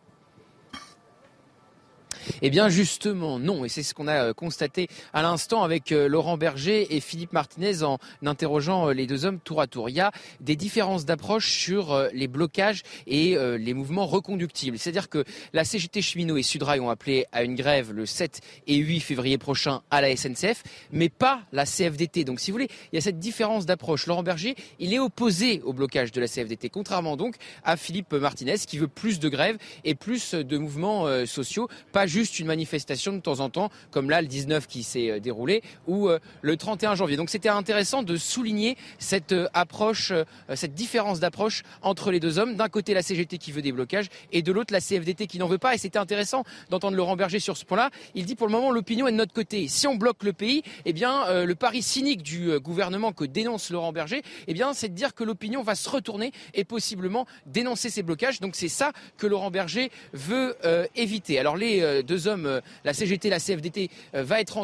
Eh bien justement non, et c'est ce qu'on a constaté à l'instant avec Laurent Berger et Philippe Martinez en interrogeant les deux hommes tour à tour. Il y a des différences d'approche sur les blocages et les mouvements reconductibles. C'est-à-dire que la CGT Cheminots et Sudrail ont appelé à une grève le 7 et 8 février prochain à la SNCF, mais pas la CFDT. Donc si vous voulez, il y a cette différence d'approche. Laurent Berger, il est opposé au blocage de la CFDT, contrairement donc à Philippe Martinez qui veut plus de grèves et plus de mouvements sociaux, pas juste une manifestation de temps en temps, comme là le 19 qui s'est déroulé, ou le 31 janvier. Donc c'était intéressant de souligner cette approche, cette différence d'approche entre les deux hommes. D'un côté la CGT qui veut des blocages et de l'autre la CFDT qui n'en veut pas. Et c'était intéressant d'entendre Laurent Berger sur ce point-là. Il dit pour le moment l'opinion est de notre côté. Si on bloque le pays, eh bien le pari cynique du gouvernement que dénonce Laurent Berger, eh bien c'est de dire que l'opinion va se retourner et possiblement dénoncer ces blocages. Donc c'est ça que Laurent Berger veut éviter. Alors les deux hommes, la CGT et la CFDT, vont être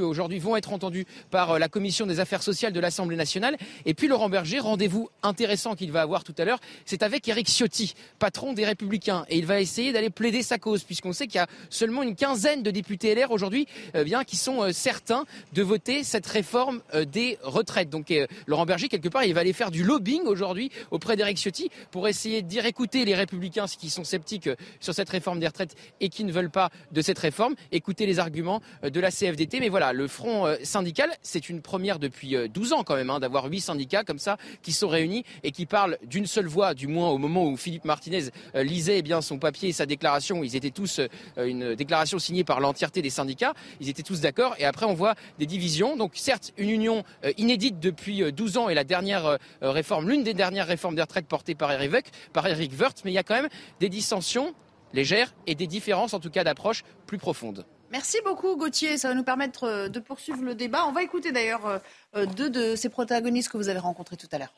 entendus par la Commission des affaires sociales de l'Assemblée nationale. Et puis Laurent Berger, rendez-vous intéressant qu'il va avoir tout à l'heure, c'est avec Éric Ciotti, patron des Républicains. Et il va essayer d'aller plaider sa cause, puisqu'on sait qu'il y a seulement une quinzaine de députés LR aujourd'hui qui sont certains de voter cette réforme des retraites. Donc Laurent Berger, quelque part, il va aller faire du lobbying aujourd'hui auprès d'Éric Ciotti pour essayer de dire écoutez les Républicains qui sont sceptiques sur cette réforme des retraites et qui ne veulent pas de cette réforme, écoutez les arguments de la CFDT. Mais voilà, le front syndical, c'est une première depuis 12 ans quand même, d'avoir 8 syndicats comme ça qui sont réunis et qui parlent d'une seule voix, du moins au moment où Philippe Martinez lisait son papier et sa déclaration. Ils étaient tous, une déclaration signée par l'entièreté des syndicats, ils étaient tous d'accord, et après on voit des divisions. Donc certes, une union inédite depuis 12 ans et la dernière réforme, l'une des dernières réformes des retraites portées par Éric Woerth, mais il y a quand même des dissensions légères et des différences en tout cas d'approche plus profondes. Merci beaucoup Gauthier, ça va nous permettre de poursuivre le débat. On va écouter d'ailleurs deux de ces protagonistes que vous avez rencontrés tout à l'heure.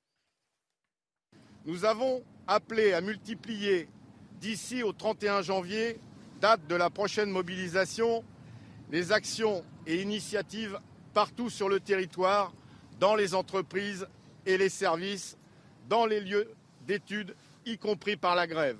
Nous avons appelé à multiplier d'ici au 31 janvier, date de la prochaine mobilisation, les actions et initiatives partout sur le territoire, dans les entreprises et les services, dans les lieux d'études, y compris par la grève.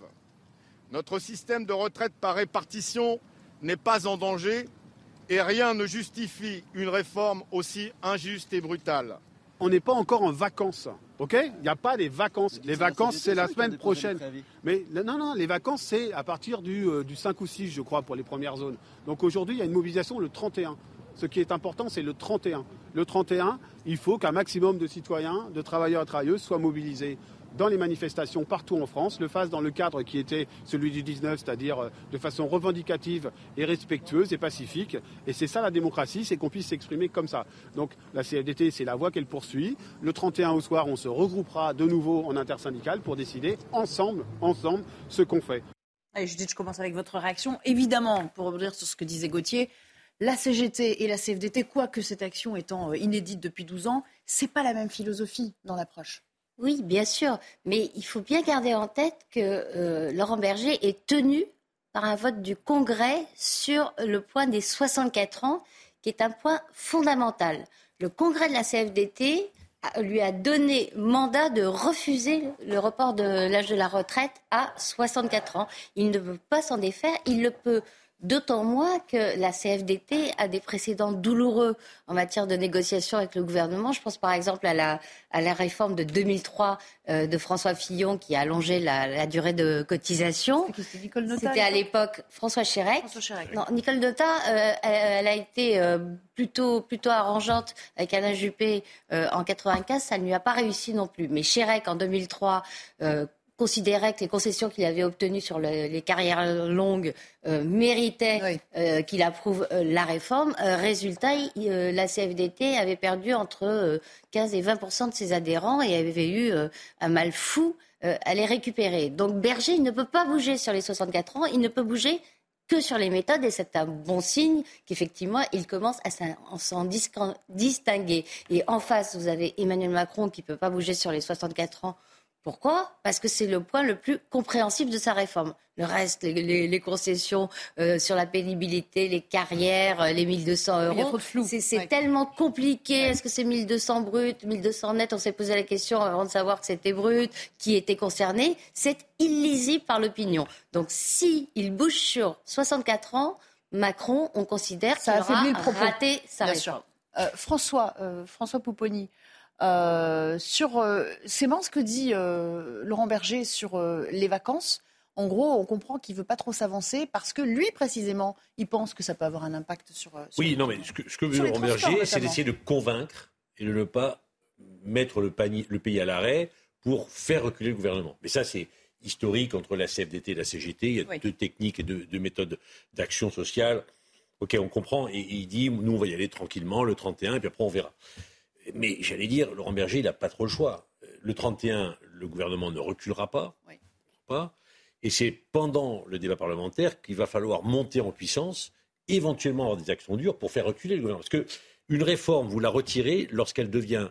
Notre système de retraite par répartition n'est pas en danger et rien ne justifie une réforme aussi injuste et brutale. On n'est pas encore en vacances, ok ? Il n'y a pas des vacances. Les vacances, c'est la semaine prochaine. Mais non, les vacances, c'est à partir du 5 ou 6, je crois, pour les premières zones. Donc aujourd'hui, il y a une mobilisation le 31. Ce qui est important, c'est le 31. Le 31, il faut qu'un maximum de citoyens, de travailleurs et travailleuses soient mobilisés dans les manifestations partout en France, le fassent dans le cadre qui était celui du 19, c'est-à-dire de façon revendicative et respectueuse et pacifique. Et c'est ça la démocratie, c'est qu'on puisse s'exprimer comme ça. Donc la CFDT, c'est la voie qu'elle poursuit. Le 31 au soir, on se regroupera de nouveau en intersyndicale pour décider ensemble, ce qu'on fait. Allez, Judith, je commence avec votre réaction. Évidemment, pour revenir sur ce que disait Gauthier, la CGT et la CFDT, quoique cette action étant inédite depuis 12 ans, c'est pas la même philosophie dans l'approche. Oui, bien sûr, mais il faut bien garder en tête que Laurent Berger est tenu par un vote du Congrès sur le point des 64 ans, qui est un point fondamental. Le Congrès de la CFDT lui a donné mandat de refuser le report de l'âge de la retraite à 64 ans. Il ne peut pas s'en défaire, il le peut d'autant moins que la CFDT a des précédents douloureux en matière de négociation avec le gouvernement. Je pense par exemple à la réforme de 2003 de François Fillon qui a allongé la durée de cotisation. C'était Nicole Notat. C'était à l'époque François Chérec. Non, Nicole Notat, elle a été plutôt arrangeante avec Alain Juppé en 95. Ça ne lui a pas réussi non plus. Mais Chérec, en 2003, considérait que les concessions qu'il avait obtenues sur les carrières longues méritaient qu'il approuve la réforme. Résultat, la CFDT avait perdu entre 15 et 20% de ses adhérents et avait eu un mal fou à les récupérer. Donc Berger, il ne peut pas bouger sur les 64 ans, il ne peut bouger que sur les méthodes, et c'est un bon signe qu'effectivement, il commence à s'en distinguer. Et en face, vous avez Emmanuel Macron qui ne peut pas bouger sur les 64 ans. Pourquoi ? Parce que c'est le point le plus compréhensible de sa réforme. Le reste, les concessions sur la pénibilité, les carrières, les 1 200 euros, il y a trop de flou. C'est tellement compliqué. Est-ce que c'est 1 200 brut, 1 200 net ? On s'est posé la question avant de savoir que c'était brut, qui était concerné. C'est illisible par l'opinion. Donc, s'il bouge sur 64 ans, Macron, on considère qu'il aura raté sa réforme. François Pupponi, c'est marrant ce que dit Laurent Berger sur les vacances. En gros, on comprend qu'il ne veut pas trop s'avancer parce que lui, précisément, il pense que ça peut avoir un impact sur oui, non, mais ce que veut Laurent Berger, c'est d'essayer de convaincre et de ne pas mettre le pays à l'arrêt pour faire reculer le gouvernement. Mais ça, c'est historique entre la CFDT et la CGT. Il y a deux techniques et deux méthodes d'action sociale. OK, on comprend. Et il dit, nous, on va y aller tranquillement, le 31, et puis après, on verra. Mais j'allais dire, Laurent Berger, il n'a pas trop le choix. Le 31, le gouvernement ne reculera pas. Et c'est pendant le débat parlementaire qu'il va falloir monter en puissance, éventuellement avoir des actions dures pour faire reculer le gouvernement. Parce qu'une réforme, vous la retirez lorsqu'elle devient,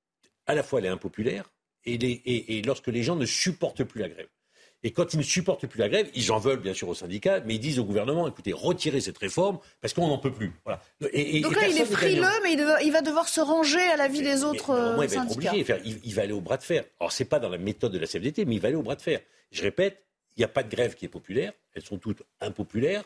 à la fois elle est impopulaire, et lorsque les gens ne supportent plus la grève. Et quand ils ne supportent plus la grève, ils en veulent bien sûr aux syndicats, mais ils disent au gouvernement, écoutez, retirez cette réforme parce qu'on n'en peut plus. Voilà. Donc là, il est frileux, mais il va devoir se ranger à l'avis des autres syndicats. Il va être obligé, il va aller au bras de fer. Alors, ce n'est pas dans la méthode de la CFDT, mais il va aller au bras de fer. Je répète, il n'y a pas de grève qui est populaire, elles sont toutes impopulaires.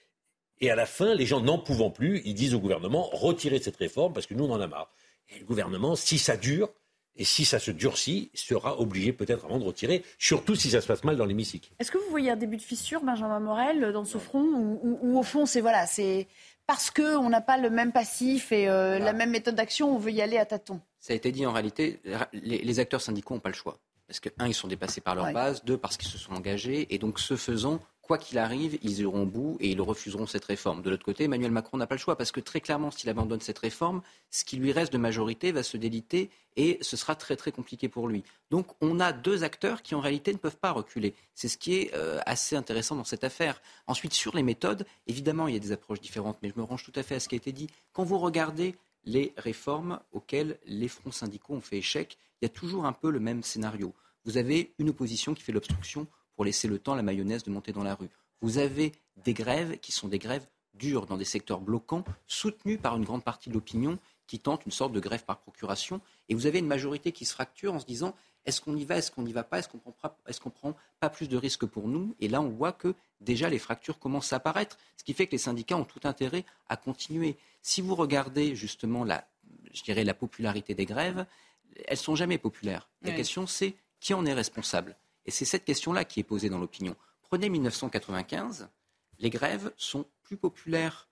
Et à la fin, les gens n'en pouvant plus, ils disent au gouvernement, retirez cette réforme parce que nous, on en a marre. Et le gouvernement, si ça dure, et si ça se durcit, sera obligé peut-être avant de retirer, surtout si ça se passe mal dans l'hémicycle. Est-ce que vous voyez un début de fissure, Benjamin Morel, dans ce front, ou au fond, c'est parce qu'on n'a pas le même passif et la même méthode d'action, on veut y aller à tâtons ? Ça a été dit en réalité, les acteurs syndicaux n'ont pas le choix. Parce que, un, ils sont dépassés par leur base, deux, parce qu'ils se sont engagés, et donc ce faisant, quoi qu'il arrive, ils iront au bout et ils refuseront cette réforme. De l'autre côté, Emmanuel Macron n'a pas le choix, parce que très clairement, s'il abandonne cette réforme, ce qui lui reste de majorité va se déliter et ce sera très très compliqué pour lui. Donc on a deux acteurs qui en réalité ne peuvent pas reculer. C'est ce qui est assez intéressant dans cette affaire. Ensuite, sur les méthodes, évidemment, il y a des approches différentes, mais je me range tout à fait à ce qui a été dit. Quand vous regardez les réformes auxquelles les fronts syndicaux ont fait échec, il y a toujours un peu le même scénario. Vous avez une opposition qui fait l'obstruction pour laisser le temps à la mayonnaise de monter dans la rue. Vous avez des grèves qui sont des grèves dures dans des secteurs bloquants, soutenues par une grande partie de l'opinion qui tente une sorte de grève par procuration. Et vous avez une majorité qui se fracture en se disant est-ce qu'on y va, est-ce qu'on n'y va pas, est-ce qu'on prend pas plus de risques pour nous ? Et là, on voit que déjà les fractures commencent à apparaître, ce qui fait que les syndicats ont tout intérêt à continuer. Si vous regardez justement la popularité des grèves, elles ne sont jamais populaires. La question, c'est qui en est responsable ? Et c'est cette question-là qui est posée dans l'opinion. Prenez 1995, les grèves sont plus populaires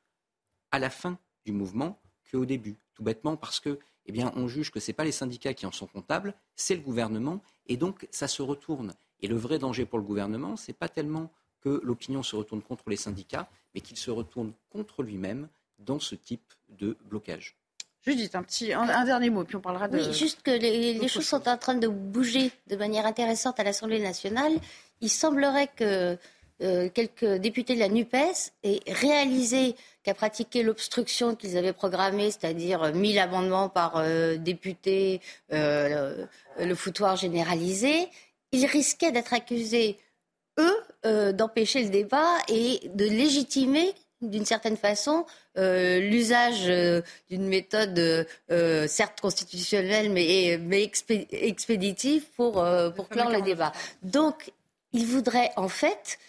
à la fin du mouvement qu'au début. Tout bêtement parce que, on juge que ce n'est pas les syndicats qui en sont comptables, c'est le gouvernement, et donc ça se retourne. Et le vrai danger pour le gouvernement, ce n'est pas tellement que l'opinion se retourne contre les syndicats, mais qu'il se retourne contre lui-même dans ce type de blocage. Judith, un dernier mot, puis on parlera de... Oui, juste que les choses sont en train de bouger de manière intéressante à l'Assemblée nationale. Il semblerait que quelques députés de la NUPES aient réalisé qu'à pratiquer l'obstruction qu'ils avaient programmée, c'est-à-dire 1000 amendements par député, le foutoir généralisé, ils risquaient d'être accusés, eux, d'empêcher le débat et de légitimer d'une certaine façon, l'usage d'une méthode certes constitutionnelle mais expéditive pour clore le débat. Donc, il voudrait en fait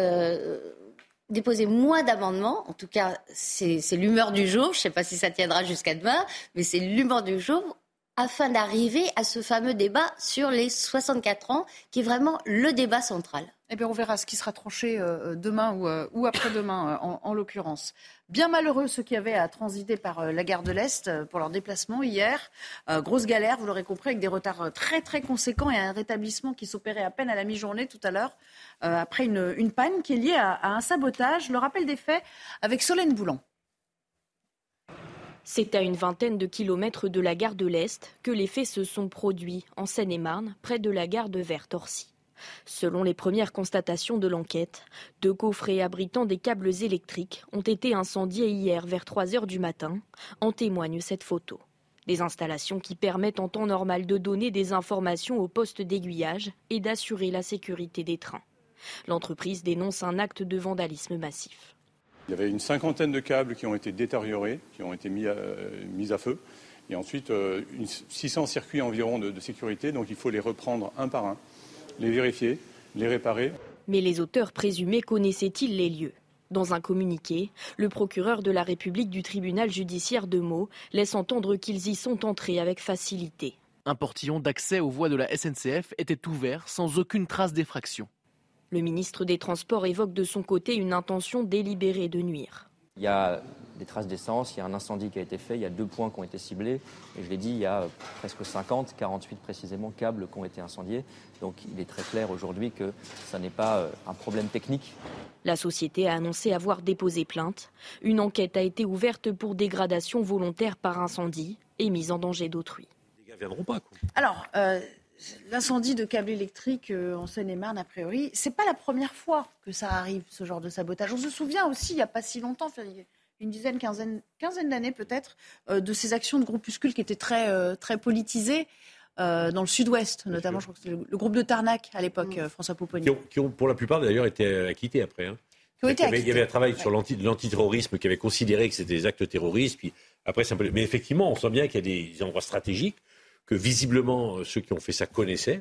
déposer moins d'amendements. En tout cas, c'est l'humeur du jour. Je ne sais pas si ça tiendra jusqu'à demain, mais c'est l'humeur du jour afin d'arriver à ce fameux débat sur les 64 ans, qui est vraiment le débat central. Eh bien, on verra ce qui sera tranché demain ou après-demain, en l'occurrence. Bien malheureux ceux qui avaient à transiter par la gare de l'Est pour leur déplacement hier. Grosse galère, vous l'aurez compris, avec des retards très très conséquents et un rétablissement qui s'opérait à peine à la mi-journée tout à l'heure, après une panne qui est liée à un sabotage. Le rappel des faits avec Solène Boulan. C'est à une vingtaine de kilomètres de la gare de l'Est que les faits se sont produits en Seine-et-Marne, près de la gare de Vert-Orcy. Selon les premières constatations de l'enquête, 2 coffrets abritant des câbles électriques ont été incendiés hier vers 3h du matin, en témoigne cette photo. Des installations qui permettent en temps normal de donner des informations aux postes d'aiguillage et d'assurer la sécurité des trains. L'entreprise dénonce un acte de vandalisme massif. Il y avait une 50aine de câbles qui ont été détériorés, qui ont été mis à feu. Et ensuite, 600 circuits environ de sécurité, donc il faut les reprendre un par un, les vérifier, les réparer. Mais les auteurs présumés connaissaient-ils les lieux ? Dans un communiqué, le procureur de la République du tribunal judiciaire de Meaux laisse entendre qu'ils y sont entrés avec facilité. Un portillon d'accès aux voies de la SNCF était ouvert sans aucune trace d'effraction. Le ministre des Transports évoque de son côté une intention délibérée de nuire. Il y a des traces d'essence, il y a un incendie qui a été fait, il y a 2 points qui ont été ciblés. Et je l'ai dit, il y a presque 50, 48 précisément, câbles qui ont été incendiés. Donc il est très clair aujourd'hui que ça n'est pas un problème technique. La société a annoncé avoir déposé plainte. Une enquête a été ouverte pour dégradation volontaire par incendie et mise en danger d'autrui. Les gars ne viendront pas, quoi. Alors, l'incendie de câbles électriques en Seine-et-Marne, a priori, c'est pas la première fois que ça arrive, ce genre de sabotage. On se souvient aussi, il n'y a pas si longtemps, une dizaine, quinzaine d'années peut-être, de ces actions de groupuscules qui étaient très politisées dans le sud-ouest, notamment, je crois que c'est le groupe de Tarnac à l'époque, François Pupponi. Qui ont pour la plupart d'ailleurs été acquittés après. Hein. Il y avait un travail sur l'antiterrorisme qui avait considéré que c'était des actes terroristes. Puis après, mais effectivement, on sent bien qu'il y a des endroits stratégiques que visiblement ceux qui ont fait ça connaissaient.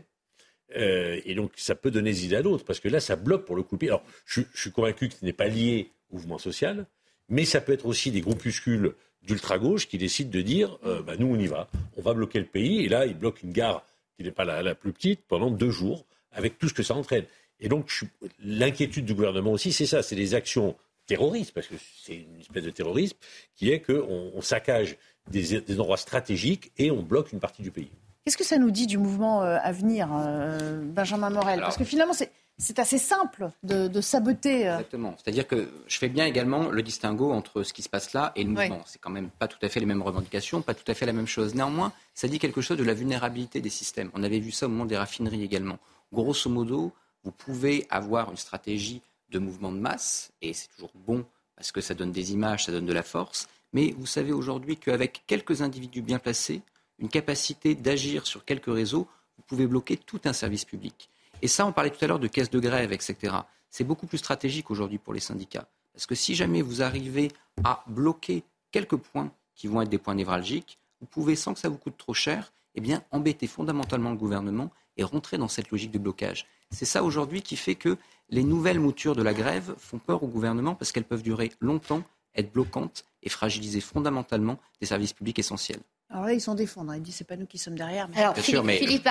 Et donc ça peut donner des idées à d'autres, parce que là, ça bloque pour le coup le pays. Alors, je suis convaincu que ce n'est pas lié au mouvement social, mais ça peut être aussi des groupuscules d'ultra-gauche qui décident de dire nous, on y va, on va bloquer le pays. Et là, ils bloquent une gare qui n'est pas la plus petite pendant 2 jours, avec tout ce que ça entraîne. Et donc, l'inquiétude du gouvernement aussi, c'est ça, c'est des actions terroristes, parce que c'est une espèce de terrorisme, qui est qu'on saccage des endroits stratégiques et on bloque une partie du pays. Qu'est-ce que ça nous dit du mouvement à venir, Benjamin Morel ? Parce que finalement, c'est assez simple de saboter. Exactement. C'est-à-dire que je fais bien également le distinguo entre ce qui se passe là et le mouvement. C'est quand même pas tout à fait les mêmes revendications, pas tout à fait la même chose. Néanmoins, ça dit quelque chose de la vulnérabilité des systèmes. On avait vu ça au moment des raffineries également. Grosso modo, vous pouvez avoir une stratégie de mouvement de masse, et c'est toujours bon parce que ça donne des images, ça donne de la force. Mais vous savez aujourd'hui qu'avec quelques individus bien placés, une capacité d'agir sur quelques réseaux, vous pouvez bloquer tout un service public. Et ça, on parlait tout à l'heure de caisses de grève, etc. C'est beaucoup plus stratégique aujourd'hui pour les syndicats. Parce que si jamais vous arrivez à bloquer quelques points qui vont être des points névralgiques, vous pouvez, sans que ça vous coûte trop cher, embêter fondamentalement le gouvernement et rentrer dans cette logique de blocage. C'est ça aujourd'hui qui fait que les nouvelles moutures de la grève font peur au gouvernement parce qu'elles peuvent durer longtemps, être bloquantes et fragiliser fondamentalement des services publics essentiels. Alors là, ils s'en défendent. Ils disent c'est pas nous qui sommes derrière. Mais... Alors, Philippe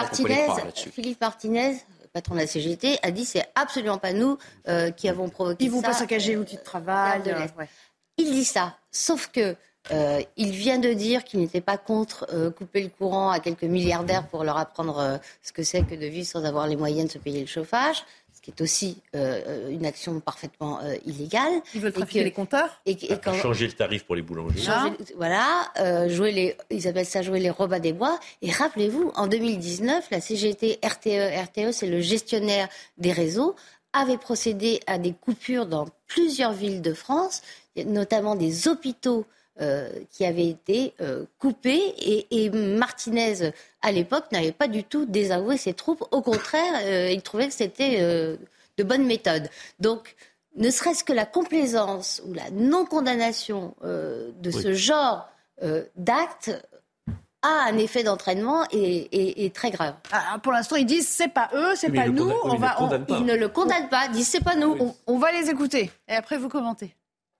Martinez, patron de la CGT, a dit c'est absolument pas nous qui avons provoqué ça. Ils vont pas saccager l'outil de travail. Il dit ça, sauf que il vient de dire qu'il n'était pas contre couper le courant à quelques milliardaires pour leur apprendre ce que c'est que de vivre sans avoir les moyens de se payer le chauffage, ce qui est aussi une action parfaitement illégale. Ils veulent trafiquer les compteurs changer le tarif pour les boulangers. Ils appellent ça jouer les robes à des bois. Et rappelez-vous, en 2019, la CGT RTE, c'est le gestionnaire des réseaux, avait procédé à des coupures dans plusieurs villes de France, notamment des hôpitaux qui avaient été coupés et Martinez, à l'époque, n'avait pas du tout désavoué ses troupes. Au contraire, il trouvait que c'était de bonnes méthodes. Donc, ne serait-ce que la complaisance ou la non-condamnation de ce genre d'actes a un effet d'entraînement et très grave. Pour l'instant, ils disent c'est pas eux, c'est pas nous. Ils ne le condamnent pas, ils disent c'est pas nous. On va les écouter et après vous commentez.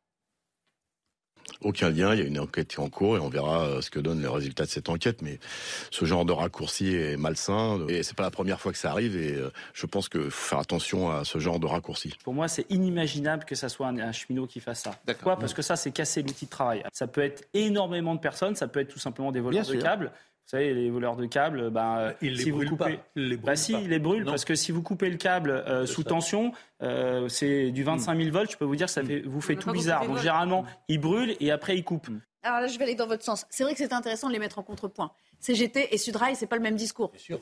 Aucun lien, il y a une enquête qui est en cours et on verra ce que donnent les résultats de cette enquête. Mais ce genre de raccourci est malsain et c'est pas la première fois que ça arrive et je pense qu'il faut faire attention à ce genre de raccourci. Pour moi, c'est inimaginable que ça soit un cheminot qui fasse ça. Pourquoi ? Parce que ça, c'est casser l'outil de travail. Ça peut être énormément de personnes, ça peut être tout simplement des voleurs de câbles. Vous savez, les voleurs de câbles, ils si les vous brûlent coupez... pas. Ils les brûlent parce que si vous coupez le câble sous tension, c'est du 25 000 volts, je peux vous dire que ça vous fait tout bizarre. Donc généralement, ils brûlent et après ils coupent. Alors là, je vais aller dans votre sens. C'est vrai que c'est intéressant de les mettre en contrepoint. CGT et Sudrail, c'est pas le même discours. Bien sûr.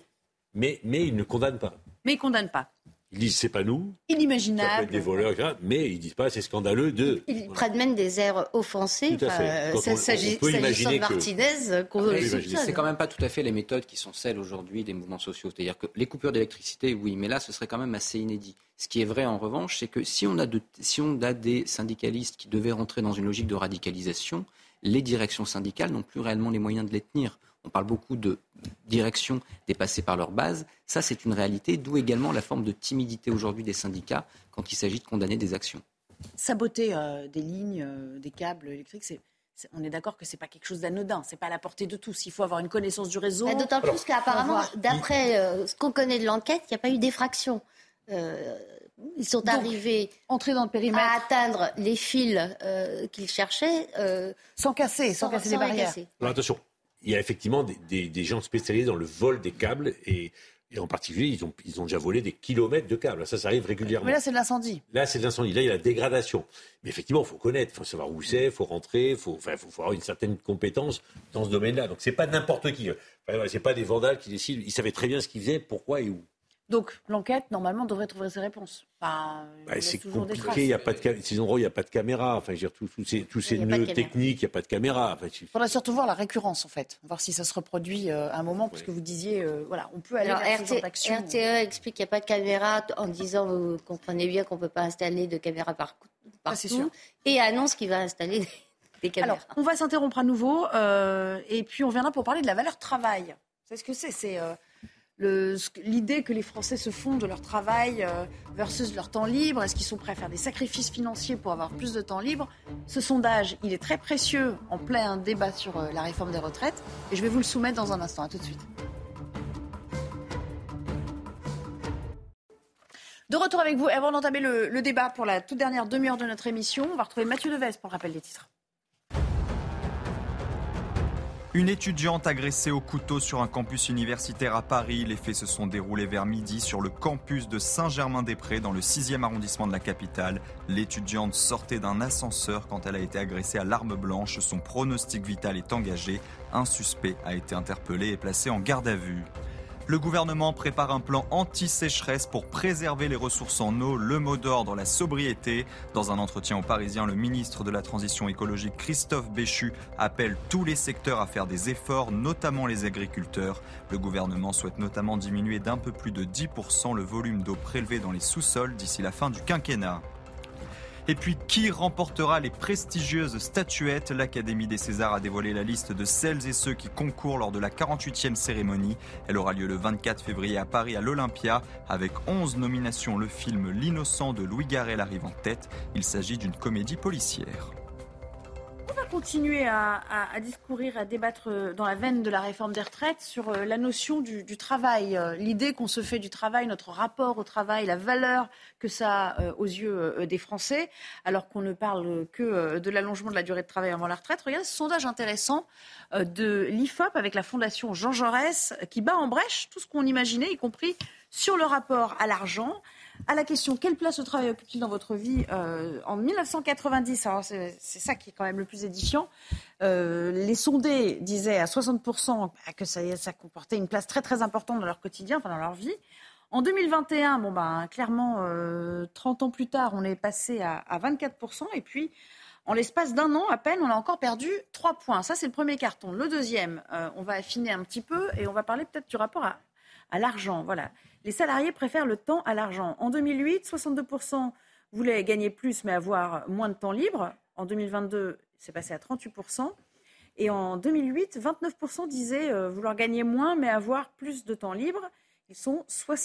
Mais ils ne condamnent pas. Mais ils ne condamnent pas. Ils disent c'est pas nous. Inimaginable. Ça peut être des voleurs, etc., mais ils disent pas c'est scandaleux de. Ils prennent même des airs offensés. Tout à fait. S'agissant de Martinez, qu'on soupçonne. C'est quand même pas tout à fait les méthodes qui sont celles aujourd'hui des mouvements sociaux. C'est-à-dire que les coupures d'électricité, oui, mais là, ce serait quand même assez inédit. Ce qui est vrai en revanche, c'est que si on a des syndicalistes qui devaient rentrer dans une logique de radicalisation, les directions syndicales n'ont plus réellement les moyens de les tenir. On parle beaucoup de directions dépassées par leur base. Ça, c'est une réalité, d'où également la forme de timidité aujourd'hui des syndicats quand il s'agit de condamner des actions. Saboter des lignes, des câbles électriques, on est d'accord que ce n'est pas quelque chose d'anodin, ce n'est pas à la portée de tous. Il faut avoir une connaissance du réseau. D'autant plus qu'apparemment, d'après ce qu'on connaît de l'enquête, il n'y a pas eu d'effraction. Ils sont arrivés entrer dans le périmètre, à atteindre les fils qu'ils cherchaient sans casser les barrières. Alors attention. Il y a effectivement des gens spécialisés dans le vol des câbles et en particulier, ils ont déjà volé des kilomètres de câbles. Ça arrive régulièrement. Mais là, c'est de l'incendie. Là, il y a la dégradation. Mais effectivement, il faut connaître, il faut savoir où c'est, il faut rentrer, il faut avoir une certaine compétence dans ce domaine-là. Donc, c'est pas n'importe qui. C'est pas des vandales qui décident. Ils savaient très bien ce qu'ils faisaient, pourquoi et où. Donc, l'enquête, normalement, devrait trouver ses réponses. C'est compliqué, il n'y a pas de ces endroits où il n'y a pas de caméra. Enfin, je veux dire, tous ces nœuds techniques, il n'y a pas de caméra. Il faudra surtout voir la récurrence, en fait. Voir si ça se reproduit à un moment, parce que vous disiez, on peut aller vers ce genre d'action. RTE explique qu'il n'y a pas de caméra en disant, vous comprenez bien qu'on ne peut pas installer de caméra partout. C'est sûr. Et annonce qu'il va installer des caméras. Alors, on va s'interrompre à nouveau, et puis on viendra pour parler de la valeur travail. C'est ce que c'est l'idée que les Français se font de leur travail versus leur temps libre. Est-ce qu'ils sont prêts à faire des sacrifices financiers pour avoir plus de temps libre ? Ce sondage, il est très précieux en plein débat sur la réforme des retraites. Et je vais vous le soumettre dans un instant. À tout de suite. De retour avec vous. Avant d'entamer le débat pour la toute dernière demi-heure de notre émission, on va retrouver Mathieu Devez pour le rappel des titres. Une étudiante agressée au couteau sur un campus universitaire à Paris. Les faits se sont déroulés vers midi sur le campus de Saint-Germain-des-Prés dans le 6e arrondissement de la capitale. L'étudiante sortait d'un ascenseur quand elle a été agressée à l'arme blanche. Son pronostic vital est engagé. Un suspect a été interpellé et placé en garde à vue. Le gouvernement prépare un plan anti-sécheresse pour préserver les ressources en eau. Le mot d'ordre, la sobriété. Dans un entretien aux Parisiens, le ministre de la Transition écologique, Christophe Béchu, appelle tous les secteurs à faire des efforts, notamment les agriculteurs. Le gouvernement souhaite notamment diminuer d'un peu plus de 10% le volume d'eau prélevée dans les sous-sols d'ici la fin du quinquennat. Et puis, qui remportera les prestigieuses statuettes ? L'Académie des Césars a dévoilé la liste de celles et ceux qui concourent lors de la 48e cérémonie. Elle aura lieu le 24 février à Paris à l'Olympia. Avec 11 nominations, le film L'Innocent de Louis Garrel arrive en tête. Il s'agit d'une comédie policière. On va continuer à discourir, à débattre dans la veine de la réforme des retraites sur la notion du travail, l'idée qu'on se fait du travail, notre rapport au travail, la valeur que ça a aux yeux des Français, alors qu'on ne parle que de l'allongement de la durée de travail avant la retraite. Regardez ce sondage intéressant de l'IFOP avec la Fondation Jean Jaurès qui bat en brèche tout ce qu'on imaginait, y compris sur le rapport à l'argent. À la question, quelle place le travail occupe-t-il dans votre vie en 1990, alors c'est ça qui est quand même le plus édifiant, les sondés disaient à 60% que ça comportait une place très très importante dans leur quotidien, enfin dans leur vie. En 2021, clairement, 30 ans plus tard, on est passé à 24%, et puis en l'espace d'un an à peine, on a encore perdu 3 points. Ça, c'est le premier carton. Le deuxième, on va affiner un petit peu et on va parler peut-être du rapport à l'argent. Voilà. Les salariés préfèrent le temps à l'argent. En 2008, 62% voulaient gagner plus mais avoir moins de temps libre. En 2022, c'est passé à 38%. Et en 2008, 29% disaient vouloir gagner moins mais avoir plus de temps libre. Ils sont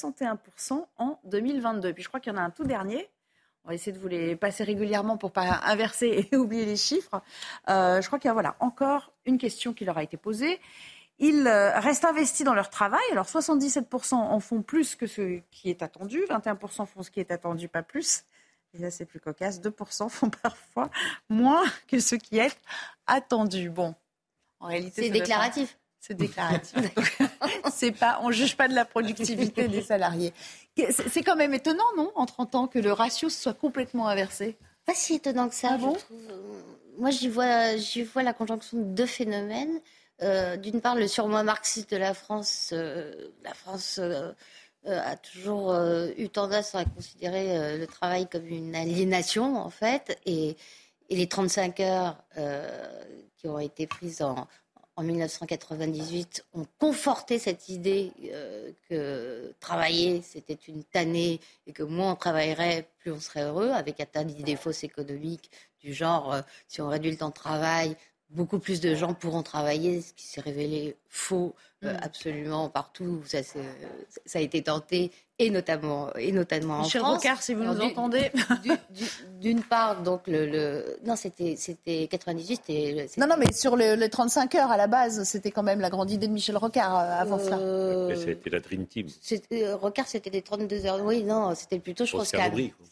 61% en 2022. Puis je crois qu'il y en a un tout dernier. On va essayer de vous les passer régulièrement pour ne pas inverser et oublier les chiffres. Je crois qu'il y a encore une question qui leur a été posée. Ils restent investis dans leur travail. Alors, 77% en font plus que ce qui est attendu. 21% font ce qui est attendu, pas plus. Et là, c'est plus cocasse. 2% font parfois moins que ce qui est attendu. Bon, en réalité, c'est déclaratif. C'est déclaratif. On ne juge pas de la productivité des salariés. C'est quand même étonnant, non, en 30 ans, que le ratio soit complètement inversé. Pas si étonnant que ça, je trouve. Moi, j'y vois la conjonction de deux phénomènes. D'une part, le surmoi marxiste de la France a toujours eu tendance à considérer le travail comme une aliénation, en fait, et les 35 heures qui ont été prises en 1998 ont conforté cette idée que travailler, c'était une tannée et que moins on travaillerait, plus on serait heureux, avec un tas d'idées fausses économiques du genre si on réduit le temps de travail, beaucoup plus de gens pourront travailler, ce qui s'est révélé faux absolument partout. Ça a été tenté, et notamment en Michel France. Rocard, si vous nous entendez. D'une part, donc non, c'était 98. Non, mais sur les 35 heures à la base, c'était quand même la grande idée de Michel Rocard avant cela. Mais c'était la Dream Team. Rocard, c'était les 32 heures. Oui, non, c'était plutôt Strauss-Kahn.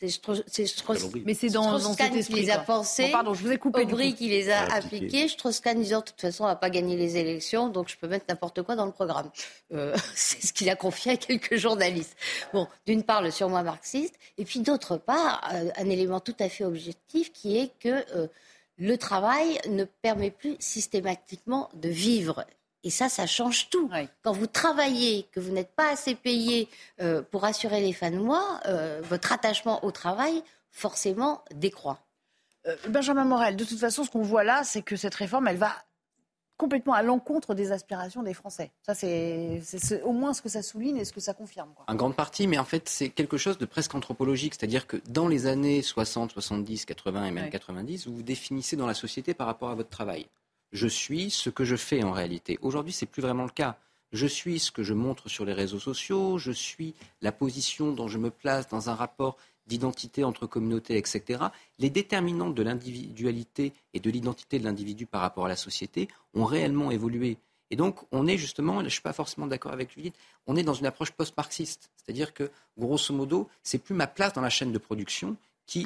Mais c'est dans cet esprit qui les a pensés. Bon, pardon, je vous ai coupé. Aubry qui les a appliqués. Strauss-Kahn disant de toute façon, on va pas gagner les élections, donc je peux mettre n'importe quoi dans le programme. C'est ce qu'il a confié à quelques journalistes. Bon, d'une part, le surmoi marxiste, et puis d'autre part, un élément tout à fait objectif qui est que le travail ne permet plus systématiquement de vivre. Et ça change tout. Oui. Quand vous travaillez, que vous n'êtes pas assez payé pour assurer les fins de mois, votre attachement au travail, forcément, décroît. Benjamin Morel, de toute façon, ce qu'on voit là, c'est que cette réforme, elle va complètement à l'encontre des aspirations des Français. Ça, c'est au moins ce que ça souligne et ce que ça confirme. En grande partie, mais en fait, c'est quelque chose de presque anthropologique. C'est-à-dire que dans les années 60, 70, 80 et même 90, vous vous définissez dans la société par rapport à votre travail. Je suis ce que je fais en réalité. Aujourd'hui, c'est plus vraiment le cas. Je suis ce que je montre sur les réseaux sociaux, je suis la position dont je me place dans un rapport d'identité entre communautés, etc. Les déterminantes de l'individualité et de l'identité de l'individu par rapport à la société ont réellement évolué. Et donc, on est justement, je ne suis pas forcément d'accord avec Judith, on est dans une approche post-marxiste. C'est-à-dire que, grosso modo, c'est plus ma place dans la chaîne de production qui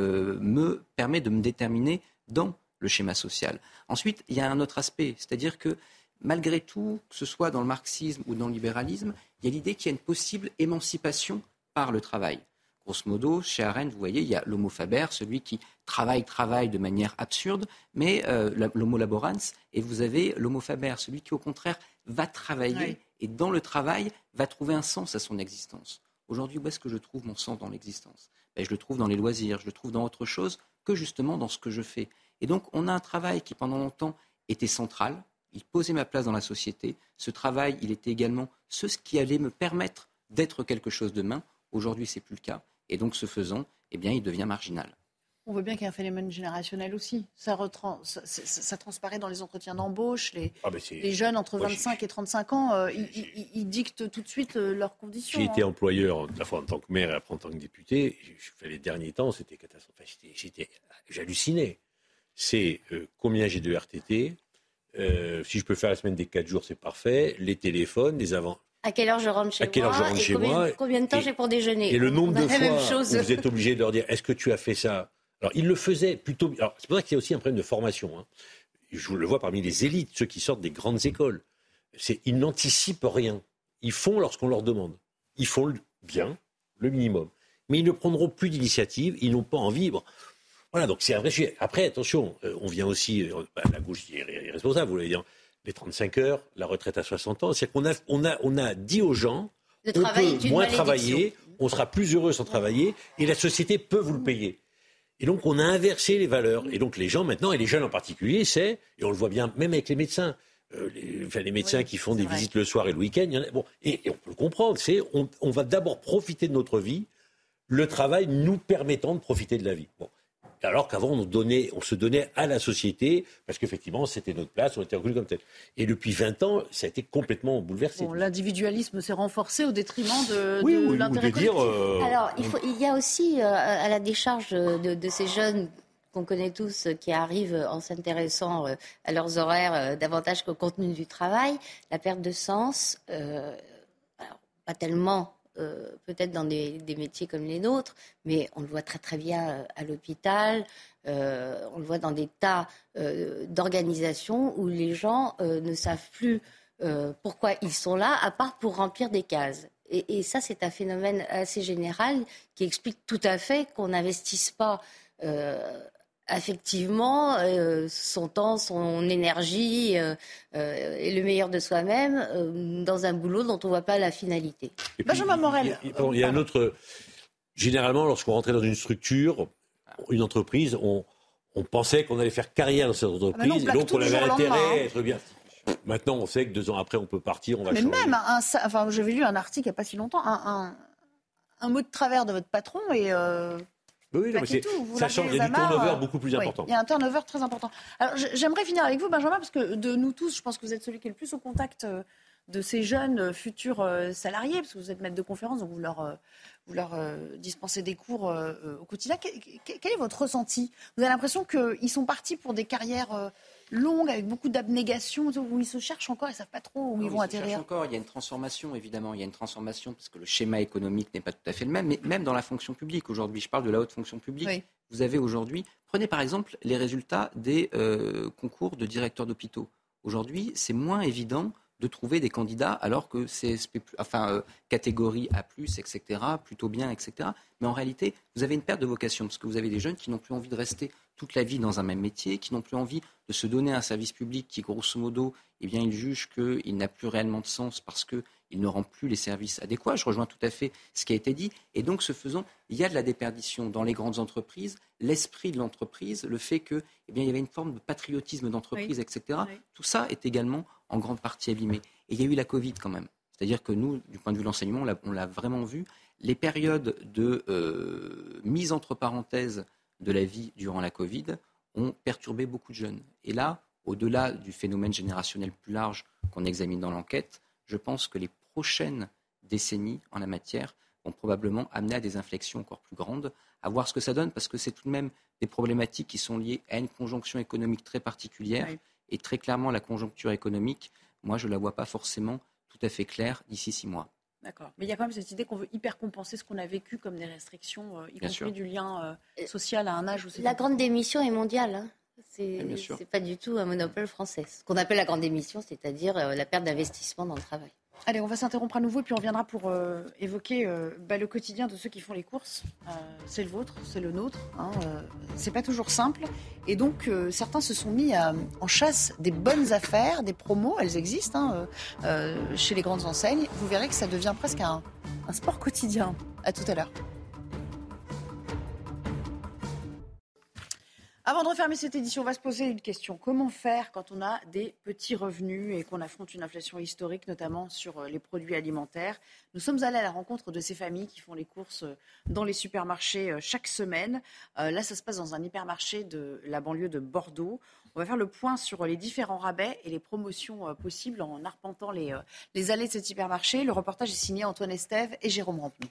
me permet de me déterminer dans le schéma social. Ensuite, il y a un autre aspect, c'est-à-dire que, malgré tout, que ce soit dans le marxisme ou dans le libéralisme, il y a l'idée qu'il y a une possible émancipation par le travail. Grosso modo, chez Arendt, vous voyez, il y a l'homo faber, celui qui travaille de manière absurde, mais l'homo laborans, et vous avez l'homo faber, celui qui, au contraire, va travailler et, dans le travail, va trouver un sens à son existence. Aujourd'hui, où est-ce que je trouve mon sens dans l'existence ? Je le trouve dans les loisirs, je le trouve dans autre chose que justement dans ce que je fais. Et donc, on a un travail qui, pendant longtemps, était central. Il posait ma place dans la société. Ce travail, il était également ce qui allait me permettre d'être quelque chose demain. Aujourd'hui, ce n'est plus le cas. Et donc, ce faisant, il devient marginal. On voit bien qu'il y a un phénomène générationnel aussi. Ça transparaît dans les entretiens d'embauche. Les jeunes entre 25 et 35 ans, ils dictent tout de suite leurs conditions. J'ai été employeur, à la fois en tant que maire et après en tant que député. Les derniers temps, c'était catastrophique. J'hallucinais. C'est combien j'ai de RTT. Si je peux faire la semaine des 4 jours, c'est parfait. Les téléphones, les avant. À quelle heure je rentre chez moi, combien de temps j'ai pour déjeuner. Et le nombre de fois où vous êtes obligé de leur dire, est-ce que tu as fait ça ? Alors, ils le faisaient plutôt... Alors, c'est pour ça qu'il y a aussi un problème de formation. Hein. Je le vois parmi les élites, ceux qui sortent des grandes écoles. Ils n'anticipent rien. Ils font lorsqu'on leur demande. Ils font bien, le minimum. Mais ils ne prendront plus d'initiative, ils n'ont pas envie... Bon. Voilà, donc c'est un vrai sujet. Après, attention, on vient aussi... la gauche est responsable, vous l'avez dit, les 35 heures, la retraite à 60 ans. C'est qu'on a dit aux gens, on peut moins travailler, on sera plus heureux sans travailler, et la société peut vous le payer. Et donc, on a inversé les valeurs. Et donc, les gens maintenant, et les jeunes en particulier, et on le voit bien même avec les médecins, les médecins qui font des visites le soir et le week-end, et on peut le comprendre, on va d'abord profiter de notre vie, le travail nous permettant de profiter de la vie. Bon. Alors qu'avant, on se donnait à la société, parce qu'effectivement, c'était notre place, on était reconnus comme tel. Et depuis 20 ans, ça a été complètement bouleversé. Bon, l'individualisme s'est renforcé au détriment de l'intérêt collectif. Alors, il y a aussi, à la décharge de ces jeunes qu'on connaît tous, qui arrivent en s'intéressant à leurs horaires davantage qu'au contenu du travail, la perte de sens, alors, pas tellement... peut-être dans des métiers comme les nôtres, mais on le voit très très bien à l'hôpital, on le voit dans des tas d'organisations où les gens ne savent plus pourquoi ils sont là, à part pour remplir des cases. Et ça, c'est un phénomène assez général qui explique tout à fait qu'on n'investisse pas effectivement, son temps, son énergie et le meilleur de soi-même dans un boulot dont on ne voit pas la finalité. Benjamin Morel. Il y a un autre... Généralement, lorsqu'on rentrait dans une structure, une entreprise, on pensait qu'on allait faire carrière dans cette entreprise et donc on avait intérêt à être bien. Maintenant, on sait que 2 ans après, on peut partir, on va changer. Mais même, j'avais lu un article il n'y a pas si longtemps, un mot de travers de votre patron et... Oui, non, mais ça change, il y a du turnover beaucoup plus important. Il y a un turnover très important. Alors, j'aimerais finir avec vous, Benjamin, parce que de nous tous, je pense que vous êtes celui qui est le plus au contact de ces jeunes futurs salariés, parce que vous êtes maître de conférence, donc vous leur dispensez des cours au quotidien. Quel est votre ressenti ? Vous avez l'impression qu'ils sont partis pour des carrières longues, avec beaucoup d'abnégation, où ils se cherchent encore, ils ne savent pas trop où ils vont atterrir. Encore, il y a une transformation, évidemment. Il y a une transformation parce que le schéma économique n'est pas tout à fait le même. Mais même dans la fonction publique, aujourd'hui, je parle de la haute fonction publique. Oui. Vous avez aujourd'hui, prenez par exemple les résultats des concours de directeurs d'hôpitaux. Aujourd'hui, c'est moins évident de trouver des candidats alors que CSP, catégorie A+, etc., plutôt bien, etc. Mais en réalité, vous avez une perte de vocation parce que vous avez des jeunes qui n'ont plus envie de rester toute la vie dans un même métier, qui n'ont plus envie de se donner un service public qui, grosso modo, ils jugent qu'il n'a plus réellement de sens parce qu'il ne rend plus les services adéquats. Je rejoins tout à fait ce qui a été dit. Et donc, ce faisant, il y a de la déperdition dans les grandes entreprises, l'esprit de l'entreprise, le fait qu'il y avait une forme de patriotisme d'entreprise, etc. Oui. Tout ça est également en grande partie abîmé. Et il y a eu la Covid quand même. C'est-à-dire que nous, du point de vue de l'enseignement, on l'a vraiment vu. Les périodes de mise entre parenthèses de la vie durant la Covid ont perturbé beaucoup de jeunes. Et là, au-delà du phénomène générationnel plus large qu'on examine dans l'enquête, je pense que les prochaines décennies en la matière vont probablement amener à des inflexions encore plus grandes, à voir ce que ça donne, parce que c'est tout de même des problématiques qui sont liées à une conjoncture économique très particulière. Oui. Et très clairement, la conjoncture économique, moi, je ne la vois pas forcément tout à fait claire d'ici 6 mois. D'accord. Mais il y a quand même cette idée qu'on veut hyper compenser ce qu'on a vécu comme des restrictions, y compris du lien social à un âge où c'est... La grande démission est mondiale. Hein. C'est pas du tout un monopole français. Ce qu'on appelle la grande démission, c'est-à-dire la perte d'investissement dans le travail. Allez, on va s'interrompre à nouveau et puis on reviendra pour évoquer le quotidien de ceux qui font les courses. C'est le vôtre, c'est le nôtre. C'est pas toujours simple. Et donc, certains se sont mis en chasse des bonnes affaires, des promos. Elles existent chez les grandes enseignes. Vous verrez que ça devient presque un sport quotidien. À tout à l'heure. Avant de refermer cette édition, on va se poser une question. Comment faire quand on a des petits revenus et qu'on affronte une inflation historique, notamment sur les produits alimentaires ? Nous sommes allés à la rencontre de ces familles qui font les courses dans les supermarchés chaque semaine. Là, ça se passe dans un hypermarché de la banlieue de Bordeaux. On va faire le point sur les différents rabais et les promotions possibles en arpentant les allées de cet hypermarché. Le reportage est signé Antoine Estève et Jérôme Rampenou.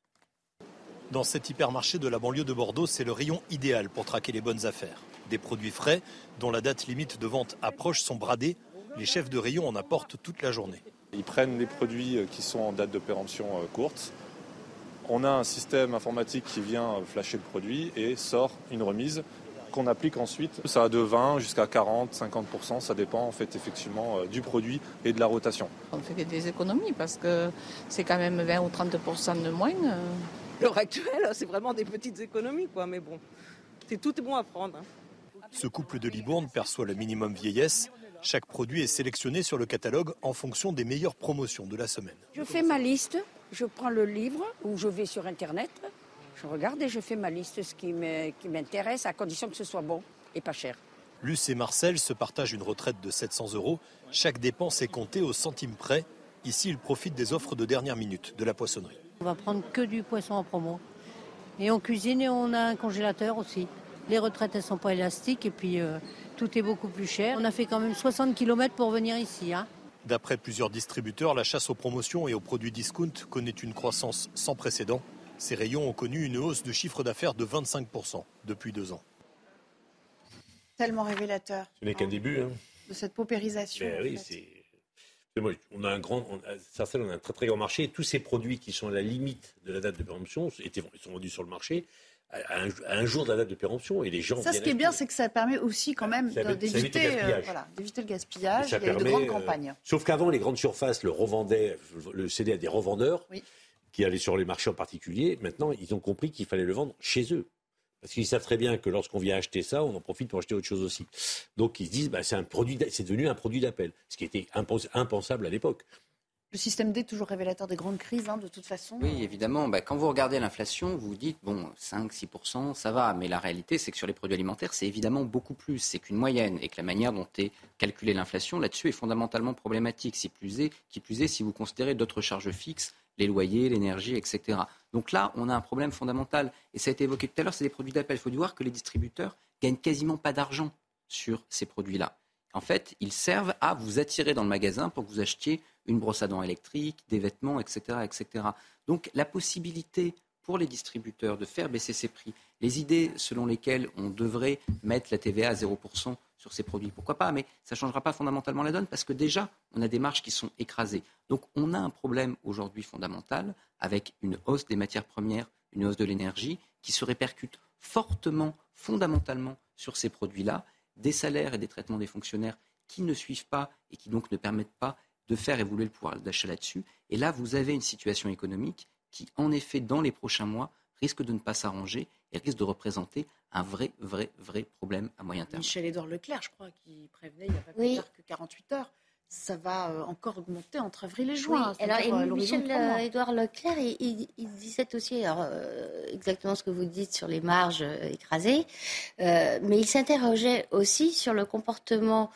Dans cet hypermarché de la banlieue de Bordeaux, c'est le rayon idéal pour traquer les bonnes affaires. Des produits frais, dont la date limite de vente approche, sont bradés. Les chefs de rayon en apportent toute la journée. Ils prennent les produits qui sont en date de péremption courte. On a un système informatique qui vient flasher le produit et sort une remise qu'on applique ensuite. Ça va de 20 jusqu'à 40, 50%, ça dépend en fait effectivement du produit et de la rotation. On fait des économies parce que c'est quand même 20 ou 30% de moins. À l'heure actuelle, c'est vraiment des petites économies, quoi. Mais bon, tout est bon à prendre. Ce couple de Libourne perçoit le minimum vieillesse. Chaque produit est sélectionné sur le catalogue en fonction des meilleures promotions de la semaine. Je fais ma liste, je prends le livre ou je vais sur Internet, je regarde et je fais ma liste, ce qui m'intéresse, à condition que ce soit bon et pas cher. Luce et Marcel se partagent une retraite de 700 €. Chaque dépense est comptée au centime près. Ici, ils profitent des offres de dernière minute de la poissonnerie. On va prendre que du poisson en promo. Et on cuisine et on a un congélateur aussi. Les retraites, elles ne sont pas élastiques et puis tout est beaucoup plus cher. On a fait quand même 60 km pour venir ici. D'après plusieurs distributeurs, la chasse aux promotions et aux produits discount connaît une croissance sans précédent. Ces rayons ont connu une hausse de chiffre d'affaires de 25% depuis 2 ans. Tellement révélateur. Ce n'est qu'un début. De cette paupérisation. Oui, c'est... On a un très très grand marché et tous ces produits qui sont à la limite de la date de péremption sont vendus sur le marché à un jour de la date de péremption et les gens... Ça, ce qui est bien, c'est que ça permet aussi quand même d'éviter le gaspillage. Il y a de grandes campagnes. Sauf qu'avant, les grandes surfaces le cédaient à des revendeurs qui allaient sur les marchés en particulier. Maintenant, ils ont compris qu'il fallait le vendre chez eux. Parce qu'ils savent très bien que lorsqu'on vient acheter ça, on en profite pour acheter autre chose aussi. Donc ils se disent, c'est devenu un produit d'appel, ce qui était impensable à l'époque. Le système D, toujours révélateur des grandes crises, de toute façon. Oui, évidemment. Quand vous regardez l'inflation, vous vous dites, 5-6%, ça va. Mais la réalité, c'est que sur les produits alimentaires, c'est évidemment beaucoup plus. C'est qu'une moyenne. Et que la manière dont est calculée l'inflation, là-dessus, est fondamentalement problématique. Qui plus est, si vous considérez d'autres charges fixes, les loyers, l'énergie, etc. Donc là, on a un problème fondamental. Et ça a été évoqué tout à l'heure, c'est des produits d'appel. Il faut voir que les distributeurs gagnent quasiment pas d'argent sur ces produits-là. En fait, ils servent à vous attirer dans le magasin pour que vous achetiez une brosse à dents électrique, des vêtements, etc., etc. Donc la possibilité pour les distributeurs de faire baisser ces prix, les idées selon lesquelles on devrait mettre la TVA à 0% sur ces produits, pourquoi pas, mais ça ne changera pas fondamentalement la donne parce que déjà, on a des marges qui sont écrasées. Donc on a un problème aujourd'hui fondamental avec une hausse des matières premières, une hausse de l'énergie qui se répercute fortement, fondamentalement sur ces produits-là, des salaires et des traitements des fonctionnaires qui ne suivent pas et qui donc ne permettent pas de faire évoluer le pouvoir d'achat là-dessus. Et là, vous avez une situation économique qui, en effet, dans les prochains mois, risque de ne pas s'arranger et risque de représenter un vrai problème à moyen terme. Michel-Édouard Leclerc, je crois, qui prévenait il n'y a pas plus tard que 48 heures. Ça va encore augmenter entre avril et juin. Oui, alors, Michel-Édouard Leclerc, il disait aussi exactement ce que vous dites sur les marges écrasées, mais il s'interrogeait aussi sur le comportement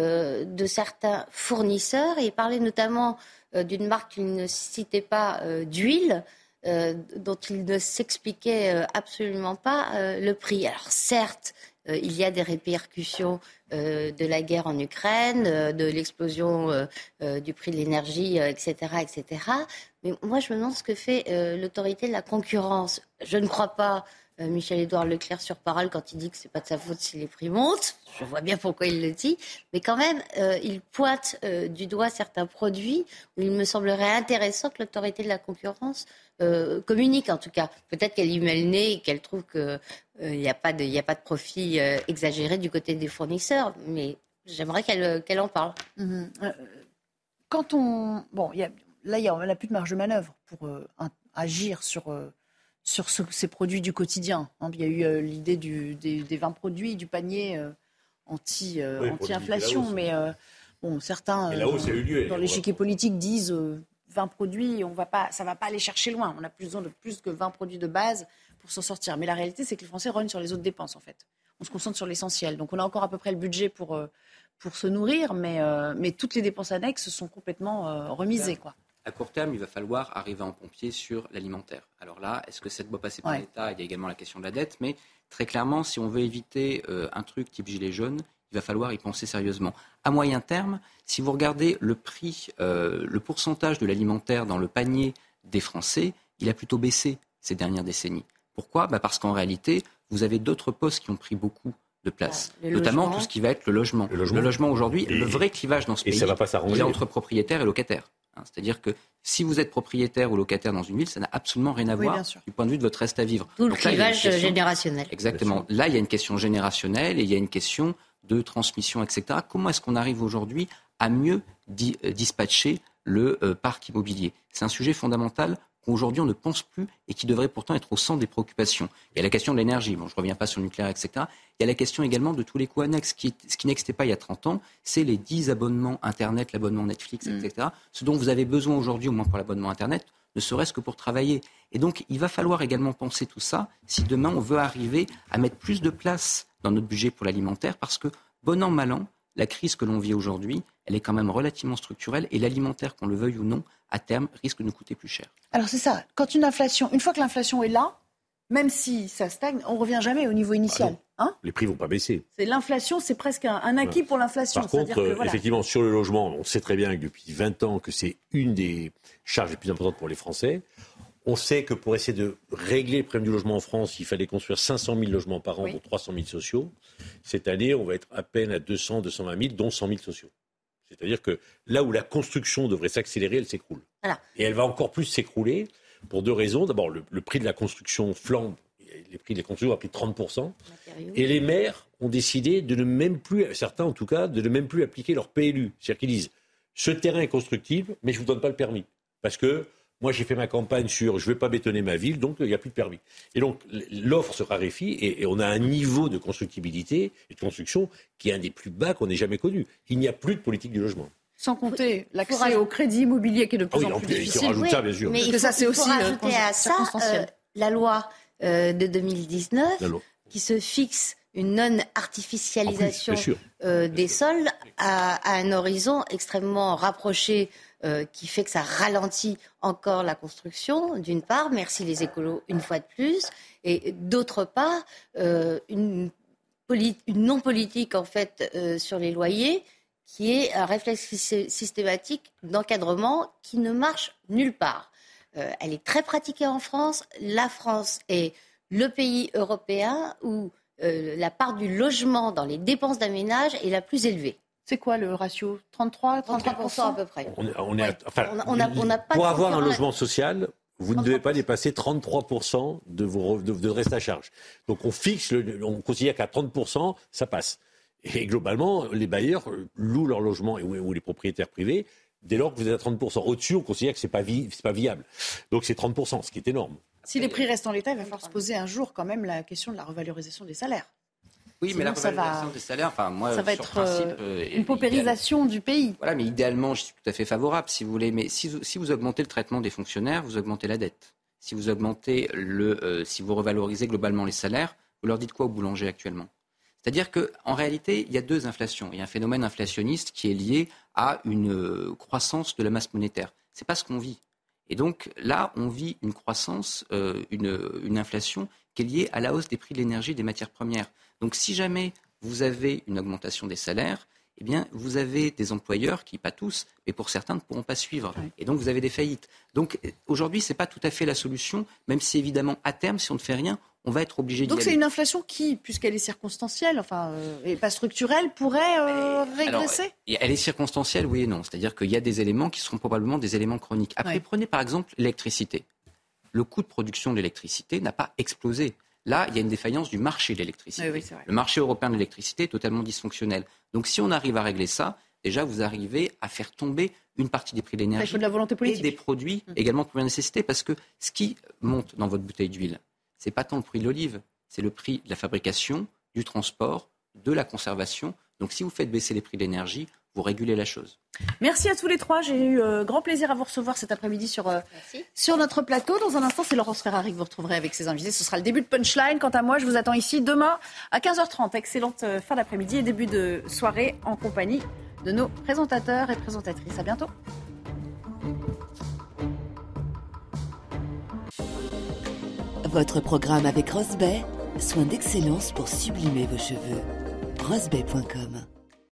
de certains fournisseurs et il parlait notamment d'une marque qu'il ne citait pas d'huile dont il ne s'expliquait absolument pas le prix. Alors certes, il y a des répercussions de la guerre en Ukraine, de l'explosion du prix de l'énergie, etc., etc. Mais moi, je me demande ce que fait l'autorité de la concurrence. Je ne crois pas Michel-Édouard Leclerc sur parole quand il dit que c'est pas de sa faute si les prix montent. Je vois bien pourquoi il le dit. Mais quand même, il pointe du doigt certains produits où il me semblerait intéressant que l'autorité de la concurrence communique, en tout cas. Peut-être qu'elle y met le nez et qu'elle trouve qu'il n'y a pas de profit exagéré du côté des fournisseurs. Mais j'aimerais qu'elle en parle. Quand on... Là, on n'a plus de marge de manœuvre pour agir sur ces produits du quotidien. Il y a eu l'idée des 20 produits, du panier anti-inflation, mais certains dans l'échiquier politique disent 20 produits, ça ne va pas aller chercher loin. On a besoin de plus que 20 produits de base pour s'en sortir. Mais la réalité, c'est que les Français rognent sur les autres dépenses, en fait. On se concentre sur l'essentiel. Donc on a encore à peu près le budget pour se nourrir, mais toutes les dépenses annexes sont complètement remisées, quoi. À court terme, il va falloir arriver en pompier sur l'alimentaire. Alors là, est-ce que ça doit passer par l'État ? Il y a également la question de la dette, mais très clairement, si on veut éviter un truc type gilet jaune, il va falloir y penser sérieusement. À moyen terme, si vous regardez le prix, le pourcentage de l'alimentaire dans le panier des Français, il a plutôt baissé ces dernières décennies. Pourquoi ? Parce qu'en réalité, vous avez d'autres postes qui ont pris beaucoup de place, notamment tout ce qui va être le logement. Le logement aujourd'hui, le vrai clivage dans ce pays, ça va pas s'arranger. Il est entre propriétaires et locataires. C'est-à-dire que si vous êtes propriétaire ou locataire dans une ville, ça n'a absolument rien à voir du point de vue de votre reste à vivre. Tout le clivage générationnel. Exactement. Là, il y a une question générationnelle et il y a une question de transmission, etc. Comment est-ce qu'on arrive aujourd'hui à mieux dispatcher le parc immobilier ? C'est un sujet fondamental qu'aujourd'hui on ne pense plus et qui devrait pourtant être au centre des préoccupations. Il y a la question de l'énergie, je ne reviens pas sur le nucléaire, etc. Il y a la question également de tous les coûts annexes. Ce qui n'existait pas il y a 30 ans, c'est les 10 abonnements Internet, l'abonnement Netflix, etc. Ce dont vous avez besoin aujourd'hui, au moins pour l'abonnement Internet, ne serait-ce que pour travailler. Et donc, il va falloir également penser tout ça si demain on veut arriver à mettre plus de place dans notre budget pour l'alimentaire, parce que, bon an, mal an, la crise que l'on vit aujourd'hui, elle est quand même relativement structurelle et l'alimentaire, qu'on le veuille ou non, à terme, risque de nous coûter plus cher. Alors c'est ça, une fois que l'inflation est là, même si ça stagne, on ne revient jamais au niveau initial. Les prix ne vont pas baisser. C'est l'inflation, c'est presque un acquis pour l'inflation. Par contre, effectivement, sur le logement, on sait très bien que depuis 20 ans que c'est une des charges les plus importantes pour les Français. On sait que pour essayer de régler le problème du logement en France, il fallait construire 500 000 logements par an pour 300 000 sociaux. Cette année, on va être à peine à 200, 220 000, dont 100 000 sociaux. C'est-à-dire que là où la construction devrait s'accélérer, elle s'écroule. Voilà. Et elle va encore plus s'écrouler pour deux raisons. D'abord, le prix de la construction flambe. Les prix des constructions ont pris 30%. Et les maires ont décidé de ne même plus, certains en tout cas, de ne même plus appliquer leur PLU. C'est-à-dire qu'ils disent, ce terrain est constructible, mais je ne vous donne pas le permis. Parce que Moi, j'ai fait ma campagne sur je ne vais pas bétonner ma ville, donc il n'y a plus de permis. Et donc, l'offre se raréfie et on a un niveau de constructibilité et de construction qui est un des plus bas qu'on ait jamais connu. Il n'y a plus de politique du logement. Sans compter l'accès au crédit immobilier qui est de plus en plus difficile. Rajoute ça, bien sûr. Mais il faut rajouter à ça la loi de 2019 qui se fixe une non-artificialisation des sols à un horizon extrêmement rapproché qui fait que ça ralentit encore la construction, d'une part, merci les écolos une fois de plus, et d'autre part, une non-politique en fait sur les loyers qui est un réflexe systématique d'encadrement qui ne marche nulle part. Elle est très pratiquée en France. La France est le pays européen où la part du logement dans les dépenses d'un ménage est la plus élevée. C'est quoi le ratio ? 33% à peu près. Pour avoir un logement social, vous ne devez pas dépasser 33% de reste à charge. Donc on considère qu'à 30%, ça passe. Et globalement, les bailleurs louent leur logement ou les propriétaires privés dès lors que vous êtes à 30%. Au-dessus, on considère que c'est pas viable. Donc c'est 30%, ce qui est énorme. Si les prix restent en l'état, il va falloir se poser un jour quand même la question de la revalorisation des salaires. Oui, sinon, mais la revalorisation des salaires, ça va être une paupérisation du pays. Voilà, mais idéalement, je suis tout à fait favorable, si vous voulez. Mais si vous augmentez le traitement des fonctionnaires, vous augmentez la dette. Si vous si vous revalorisez globalement les salaires, vous leur dites quoi aux boulangers actuellement ? C'est-à-dire qu'en réalité, il y a deux inflations. Il y a un phénomène inflationniste qui est lié à une croissance de la masse monétaire. C'est pas ce qu'on vit. Et donc là, on vit une croissance, une inflation qui est liée à la hausse des prix de l'énergie et des matières premières. Donc si jamais vous avez une augmentation des salaires, eh bien vous avez des employeurs qui, pas tous, mais pour certains, ne pourront pas suivre. Et donc vous avez des faillites. Donc aujourd'hui, c'est pas tout à fait la solution, même si évidemment, à terme, si on ne fait rien, on va être obligé d'y aller. Donc c'est une inflation qui, puisqu'elle est circonstancielle, et pas structurelle, pourrait régresser ? Alors, elle est circonstancielle, oui et non. C'est-à-dire qu'il y a des éléments qui seront probablement des éléments chroniques. Après, prenez par exemple l'électricité. Le coût de production de l'électricité n'a pas explosé. Là, il y a une défaillance du marché de l'électricité. Oui, c'est vrai. Le marché européen de l'électricité est totalement dysfonctionnel. Donc si on arrive à régler ça, déjà vous arrivez à faire tomber une partie des prix de l'énergie. Il faut de la volonté politique. Et des produits également de première nécessité, parce que ce qui monte dans votre bouteille d'huile, c'est pas tant le prix de l'olive, c'est le prix de la fabrication, du transport, de la conservation. Donc si vous faites baisser les prix de l'énergie, vous régulez la chose. Merci à tous les trois. J'ai eu grand plaisir à vous recevoir cet après-midi sur notre plateau. Dans un instant, c'est Laurence Ferrari que vous retrouverez avec ses invités. Ce sera le début de Punchline. Quant à moi, je vous attends ici demain à 15h30. Excellente fin d'après-midi et début de soirée en compagnie de nos présentateurs et présentatrices. À bientôt. Votre programme avec Rosbay, soin d'excellence pour sublimer vos cheveux. Rosbay.com